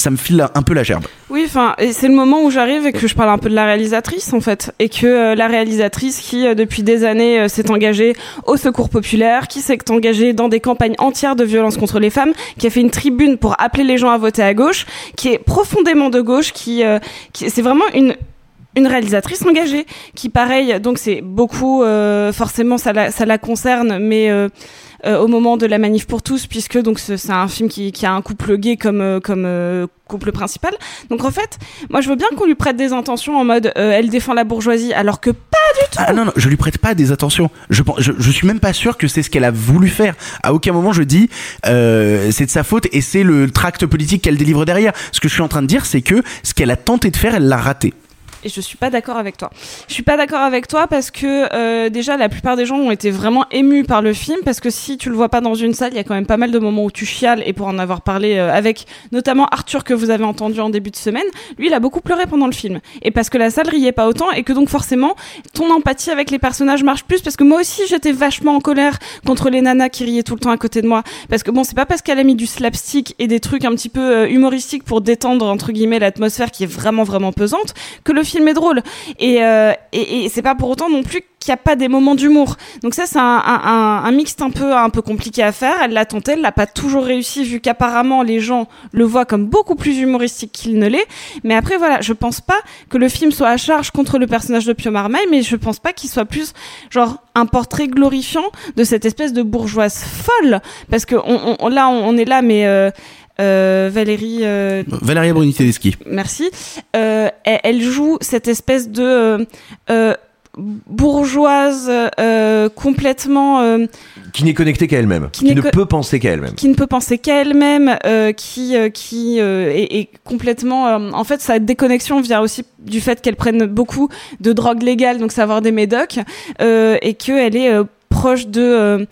ça me file un peu la gerbe. Oui, enfin, c'est le moment où j'arrive et que je parle un peu de la réalisatrice, en fait. Et que euh, la réalisatrice qui, euh, depuis des années, euh, s'est engagée au secours populaire, qui s'est engagée dans des campagnes entières de violence contre les femmes, qui a fait une tribune pour appeler les gens à voter à gauche, qui est profondément de gauche, qui, euh, qui c'est vraiment une... une réalisatrice engagée qui pareil donc c'est beaucoup euh, forcément ça la ça la concerne mais euh, euh, au moment de la manif pour tous puisque donc c'est, c'est un film qui qui a un couple gay comme euh, comme euh, couple principal. Donc en fait, moi je veux bien qu'on lui prête des intentions en mode euh, elle défend la bourgeoisie alors que pas du tout. Ah non non, je lui prête pas des attentions. Je je je suis même pas sûr que c'est ce qu'elle a voulu faire. À aucun moment je dis euh, c'est de sa faute et c'est le tract politique qu'elle délivre derrière. Ce que je suis en train de dire c'est que ce qu'elle a tenté de faire, elle l'a raté. Et je suis pas d'accord avec toi. Je suis pas d'accord avec toi parce que euh, déjà la plupart des gens ont été vraiment émus par le film parce que si tu le vois pas dans une salle, il y a quand même pas mal de moments où tu chiales et pour en avoir parlé euh, avec notamment Arthur que vous avez entendu en début de semaine, lui il a beaucoup pleuré pendant le film et parce que la salle riait pas autant et que donc forcément ton empathie avec les personnages marche plus parce que moi aussi j'étais vachement en colère contre les nanas qui riaient tout le temps à côté de moi parce que bon c'est pas parce qu'elle a mis du slapstick et des trucs un petit peu euh, humoristiques pour détendre entre guillemets l'atmosphère qui est vraiment vraiment pesante que le film est drôle et, euh, et, et c'est pas pour autant non plus qu'il n'y a pas des moments d'humour. Donc ça c'est un, un, un mixte un peu, un peu compliqué à faire. Elle l'a tenté, elle l'a pas toujours réussi vu qu'apparemment les gens le voient comme beaucoup plus humoristique qu'il ne l'est. Mais après voilà, je pense pas que le film soit à charge contre le personnage de Pio Marmaille, mais je pense pas qu'il soit plus genre un portrait glorifiant de cette espèce de bourgeoise folle parce que on, on, là on, on est là mais euh, Euh, Valérie euh, Valéria Bruni Tedeschi. Merci. Euh, elle, elle joue cette espèce de euh, euh, bourgeoise euh, complètement euh, qui n'est connectée qu'à elle-même, qui, qui ne co- peut penser qu'à elle-même, qui ne peut penser qu'à elle-même, euh, qui euh, qui euh, est, est complètement. Euh, en fait, sa déconnexion vient aussi du fait qu'elle prenne beaucoup de drogues légales, donc savoir des médocs, euh, et qu'elle est euh, proche de. Euh,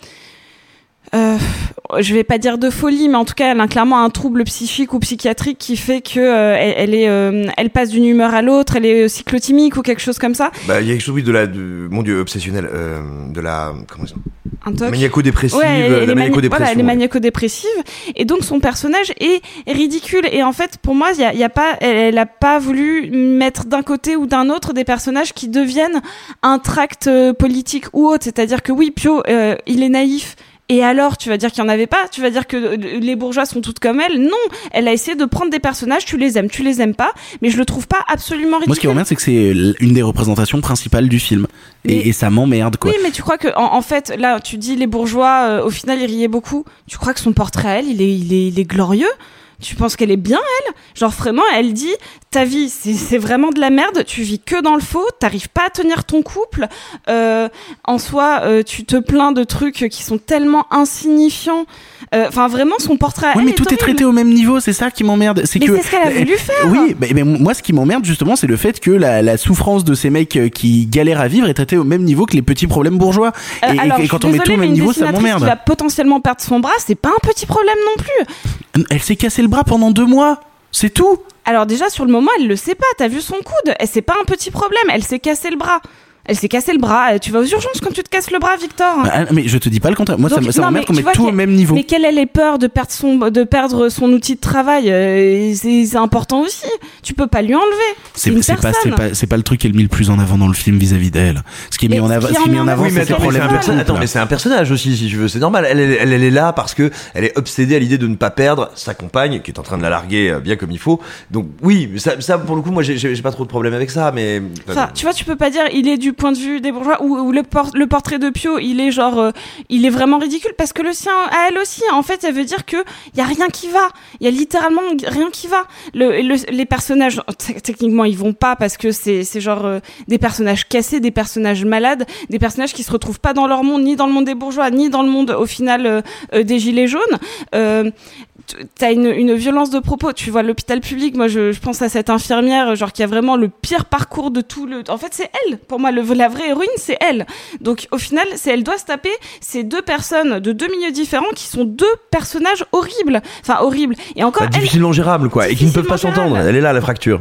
Euh, je vais pas dire de folie, mais en tout cas, elle a clairement un trouble psychique ou psychiatrique qui fait que euh, elle, elle est, euh, elle passe d'une humeur à l'autre, elle est cyclotimique ou quelque chose comme ça. Bah, il y a quelque chose oui, de la, de, mon Dieu, obsessionnel, euh, de la, comment ça un toc. Maniaco-dépressive, ouais, elle, la maniaco-dépression. Voilà, elle est maniaco-dépressive, et donc son personnage est ridicule. Et en fait, pour moi, il y a, y a pas, elle, elle a pas voulu mettre d'un côté ou d'un autre des personnages qui deviennent un tract euh, politique ou autre. C'est-à-dire que oui, Pio, euh, il est naïf. Et alors, tu vas dire qu'il y en avait pas? Tu vas dire que les bourgeois sont toutes comme elle? Non, elle a essayé de prendre des personnages, tu les aimes, tu les aimes pas, mais je le trouve pas absolument ridicule. Moi, ce qui m'emmerde, c'est que c'est une des représentations principales du film. Et, mais... et ça m'emmerde, quoi. Oui, mais tu crois que, en, en fait, là, tu dis les bourgeois, euh, au final, ils riaient beaucoup. Tu crois que son portrait à elle, il est, il est, il est glorieux? Tu penses qu'elle est bien, elle? Genre, vraiment, elle dit, ta vie, c'est, c'est vraiment de la merde, tu vis que dans le faux, t'arrives pas à tenir ton couple, euh, en soi, euh, tu te plains de trucs qui sont tellement insignifiants. Enfin, euh, vraiment, son portrait à oui, elle mais est tout horrible. est traité au même niveau, c'est ça qui m'emmerde. C'est mais que, c'est ce qu'elle a voulu faire. Oui, mais, mais moi, ce qui m'emmerde, justement, c'est le fait que la, la souffrance de ces mecs qui galèrent à vivre est traitée au même niveau que les petits problèmes bourgeois. Euh, et, alors, et quand on met tout au même niveau, ça m'emmerde. Qui va potentiellement perdre son bras, c'est pas un petit problème non plus. Elle s'est cassé le bras pendant deux mois. C'est tout. Alors déjà, sur le moment, elle le sait pas. T'as vu son coude? Et c'est pas un petit problème. Elle s'est cassé le bras. Elle s'est cassé le bras. Tu vas aux urgences quand tu te casses le bras, Victor. Ah, mais je te dis pas le contraire. Moi, Donc, ça, ça m'emmerde qu'on mette tout au même niveau. Mais quelle est les peurs de perdre son, de perdre son outil de travail? euh, c'est, c'est important aussi. Tu peux pas lui enlever. C'est, c'est, c'est pas, c'est pas, c'est pas le truc qui est le mis le plus en avant dans le film vis-à-vis d'elle. Ce qui est mis en avant, ce qui est mis en avant, oui, mais c'est le problème de couple. Attends, mais c'est un personnage aussi, si tu veux. C'est normal. Elle, elle, elle, elle est là parce que elle est obsédée à l'idée de ne pas perdre sa compagne, qui est en train de la larguer bien comme il faut. Donc oui, ça, ça pour le coup, moi, j'ai, j'ai pas trop de problème avec ça, mais. Enfin, tu vois, tu peux pas dire, il est du point de vue des bourgeois. Où, où le, por- le portrait de Pio, il est genre, euh, il est vraiment ridicule parce que le sien, à elle aussi, en fait, elle veut dire que y a rien qui va. Il y a littéralement rien qui va. Le, le, les personnages, t- techniquement, ils vont pas parce que c'est, c'est genre euh, des personnages cassés, des personnages malades, des personnages qui se retrouvent pas dans leur monde, ni dans le monde des bourgeois, ni dans le monde, au final, euh, euh, des gilets jaunes. Euh, T'as une, une violence de propos. Tu vois, l'hôpital public, moi, je, je pense à cette infirmière, genre, qui a vraiment le pire parcours de tout le... En fait, c'est elle. Pour moi, le, la vraie héroïne, c'est elle. Donc, au final, c'est elle doit se taper ces deux personnes de deux milieux différents qui sont deux personnages horribles. Enfin, horribles. Et encore... Bah, difficilement gérables, quoi. Et qui ne peuvent pas s'entendre. Elle est là, la fracture.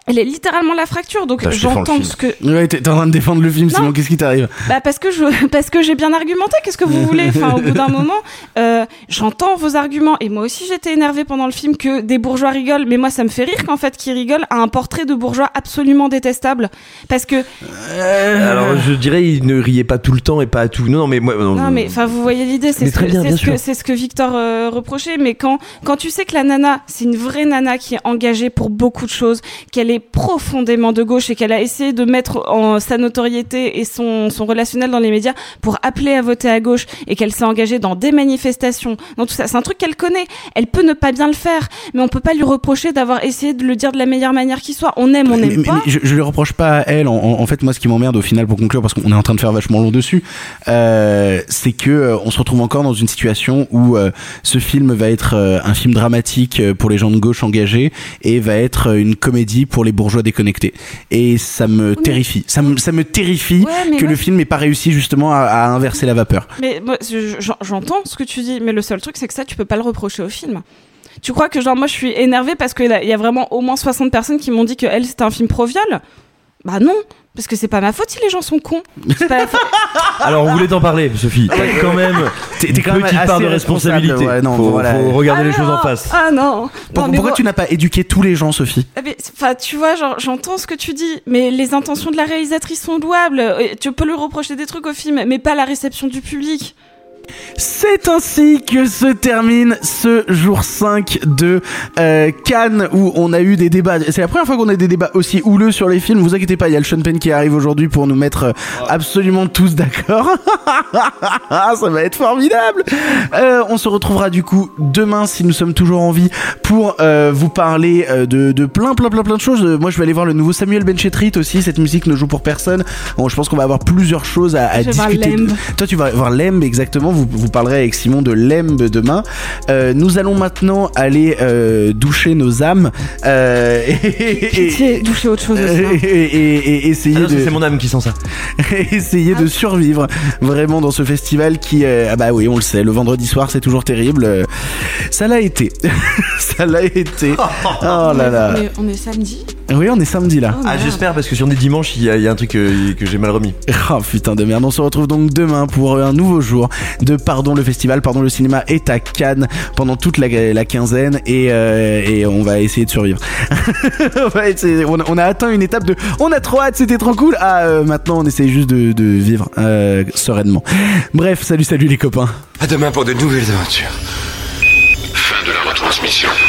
elle est littéralement la fracture, donc bah, j'entends ce que. Ouais, t'es, t'es en train de défendre le film, sinon qu'est-ce qui t'arrive? Bah parce que je, parce que j'ai bien argumenté. Qu'est-ce que vous voulez? Enfin, au bout d'un moment, euh, j'entends vos arguments et moi aussi j'étais énervée pendant le film que des bourgeois rigolent, mais moi ça me fait rire qu'en fait qu'ils rigolent à un portrait de bourgeois absolument détestable, parce que. Euh... Alors je dirais ils ne riaient pas tout le temps et pas à tout. Non non mais moi. Non, non mais enfin vous voyez l'idée, c'est ce que, bien, c'est, bien ce que c'est ce que Victor euh, reprochait, mais quand quand tu sais que la nana c'est une vraie nana qui est engagée pour beaucoup de choses, qu'elle est profondément de gauche et qu'elle a essayé de mettre en sa notoriété et son, son relationnel dans les médias pour appeler à voter à gauche et qu'elle s'est engagée dans des manifestations, dans tout ça, c'est un truc qu'elle connaît. Elle peut ne pas bien le faire, mais on peut pas lui reprocher d'avoir essayé de le dire de la meilleure manière qui soit. On aime, on mais, aime mais, pas. Mais je, je lui reproche pas à elle. En, en fait, moi, ce qui m'emmerde au final, pour conclure, parce qu'on est en train de faire vachement long dessus, euh, c'est que euh, on se retrouve encore dans une situation où euh, ce film va être euh, un film dramatique pour les gens de gauche engagés et va être euh, une comédie pour les bourgeois déconnectés. Et ça me oui, terrifie. Ça me, ça me terrifie ouais, que moi, le film n'ait pas réussi justement à, à inverser la vapeur. Mais moi, j'entends ce que tu dis, mais le seul truc, c'est que ça, tu peux pas le reprocher au film. Tu crois que genre moi, je suis énervée parce qu'il y a vraiment au moins soixante personnes qui m'ont dit que elle, c'était un film pro-viol? Bah non. Parce que c'est pas ma faute si les gens sont cons. C'est pas la faute. Alors on voulait t'en parler, Sophie. T'as quand même t'es, t'es une petite part de responsabilité. Ouais, non, faut, voilà. faut regarder ah les non, choses en face. Ah non. Pour, non pourquoi bon, tu n'as pas éduqué tous les gens, Sophie? Enfin, tu vois, genre, j'entends ce que tu dis, mais les intentions de la réalisatrice sont louables. Tu peux lui reprocher des trucs au film, mais pas la réception du public. C'est ainsi que se termine ce jour cinq de euh, Cannes, où on a eu des débats. C'est la première fois qu'on a des débats aussi houleux sur les films. Vous inquiétez pas, il y a le Sean Penn qui arrive aujourd'hui pour nous mettre euh, absolument tous d'accord. Ça va être formidable. Euh, on se retrouvera du coup demain, si nous sommes toujours en vie, pour euh, vous parler euh, de, de plein plein plein plein de choses. Moi je vais aller voir le nouveau Samuel Benchetrit aussi. Cette musique ne joue pour personne. Bon, je pense qu'on va avoir plusieurs choses à, à discuter. De... Toi tu vas voir Lemb, exactement. Vous, vous parlerez avec Simon de Lemb demain. Euh, nous allons maintenant aller euh, doucher nos âmes. Euh, et, Pitié, doucher autre chose aussi. Et, et, et essayer ah non, de. C'est mon âme qui sent ça. essayer ah. de survivre vraiment dans ce festival qui. Euh, ah bah oui, on le sait, le vendredi soir c'est toujours terrible. Euh, ça l'a été. Ça l'a été. Oh là là. On est, on est samedi. Oui, on est samedi là. Oh, ah, j'espère, parce que si on est dimanche, il y, y a un truc que, que j'ai mal remis. Oh putain de merde. On se retrouve donc demain pour un nouveau jour de Pardon le festival. Pardon le cinéma est à Cannes pendant toute la, la quinzaine et, euh, et on va essayer de survivre. on, va essayer, on, a, on a atteint une étape de on a trop hâte, c'était trop cool. Ah, euh, maintenant on essaie juste de, de vivre euh, sereinement. Bref, salut, salut les copains. À demain pour de nouvelles aventures. Fin de la retransmission.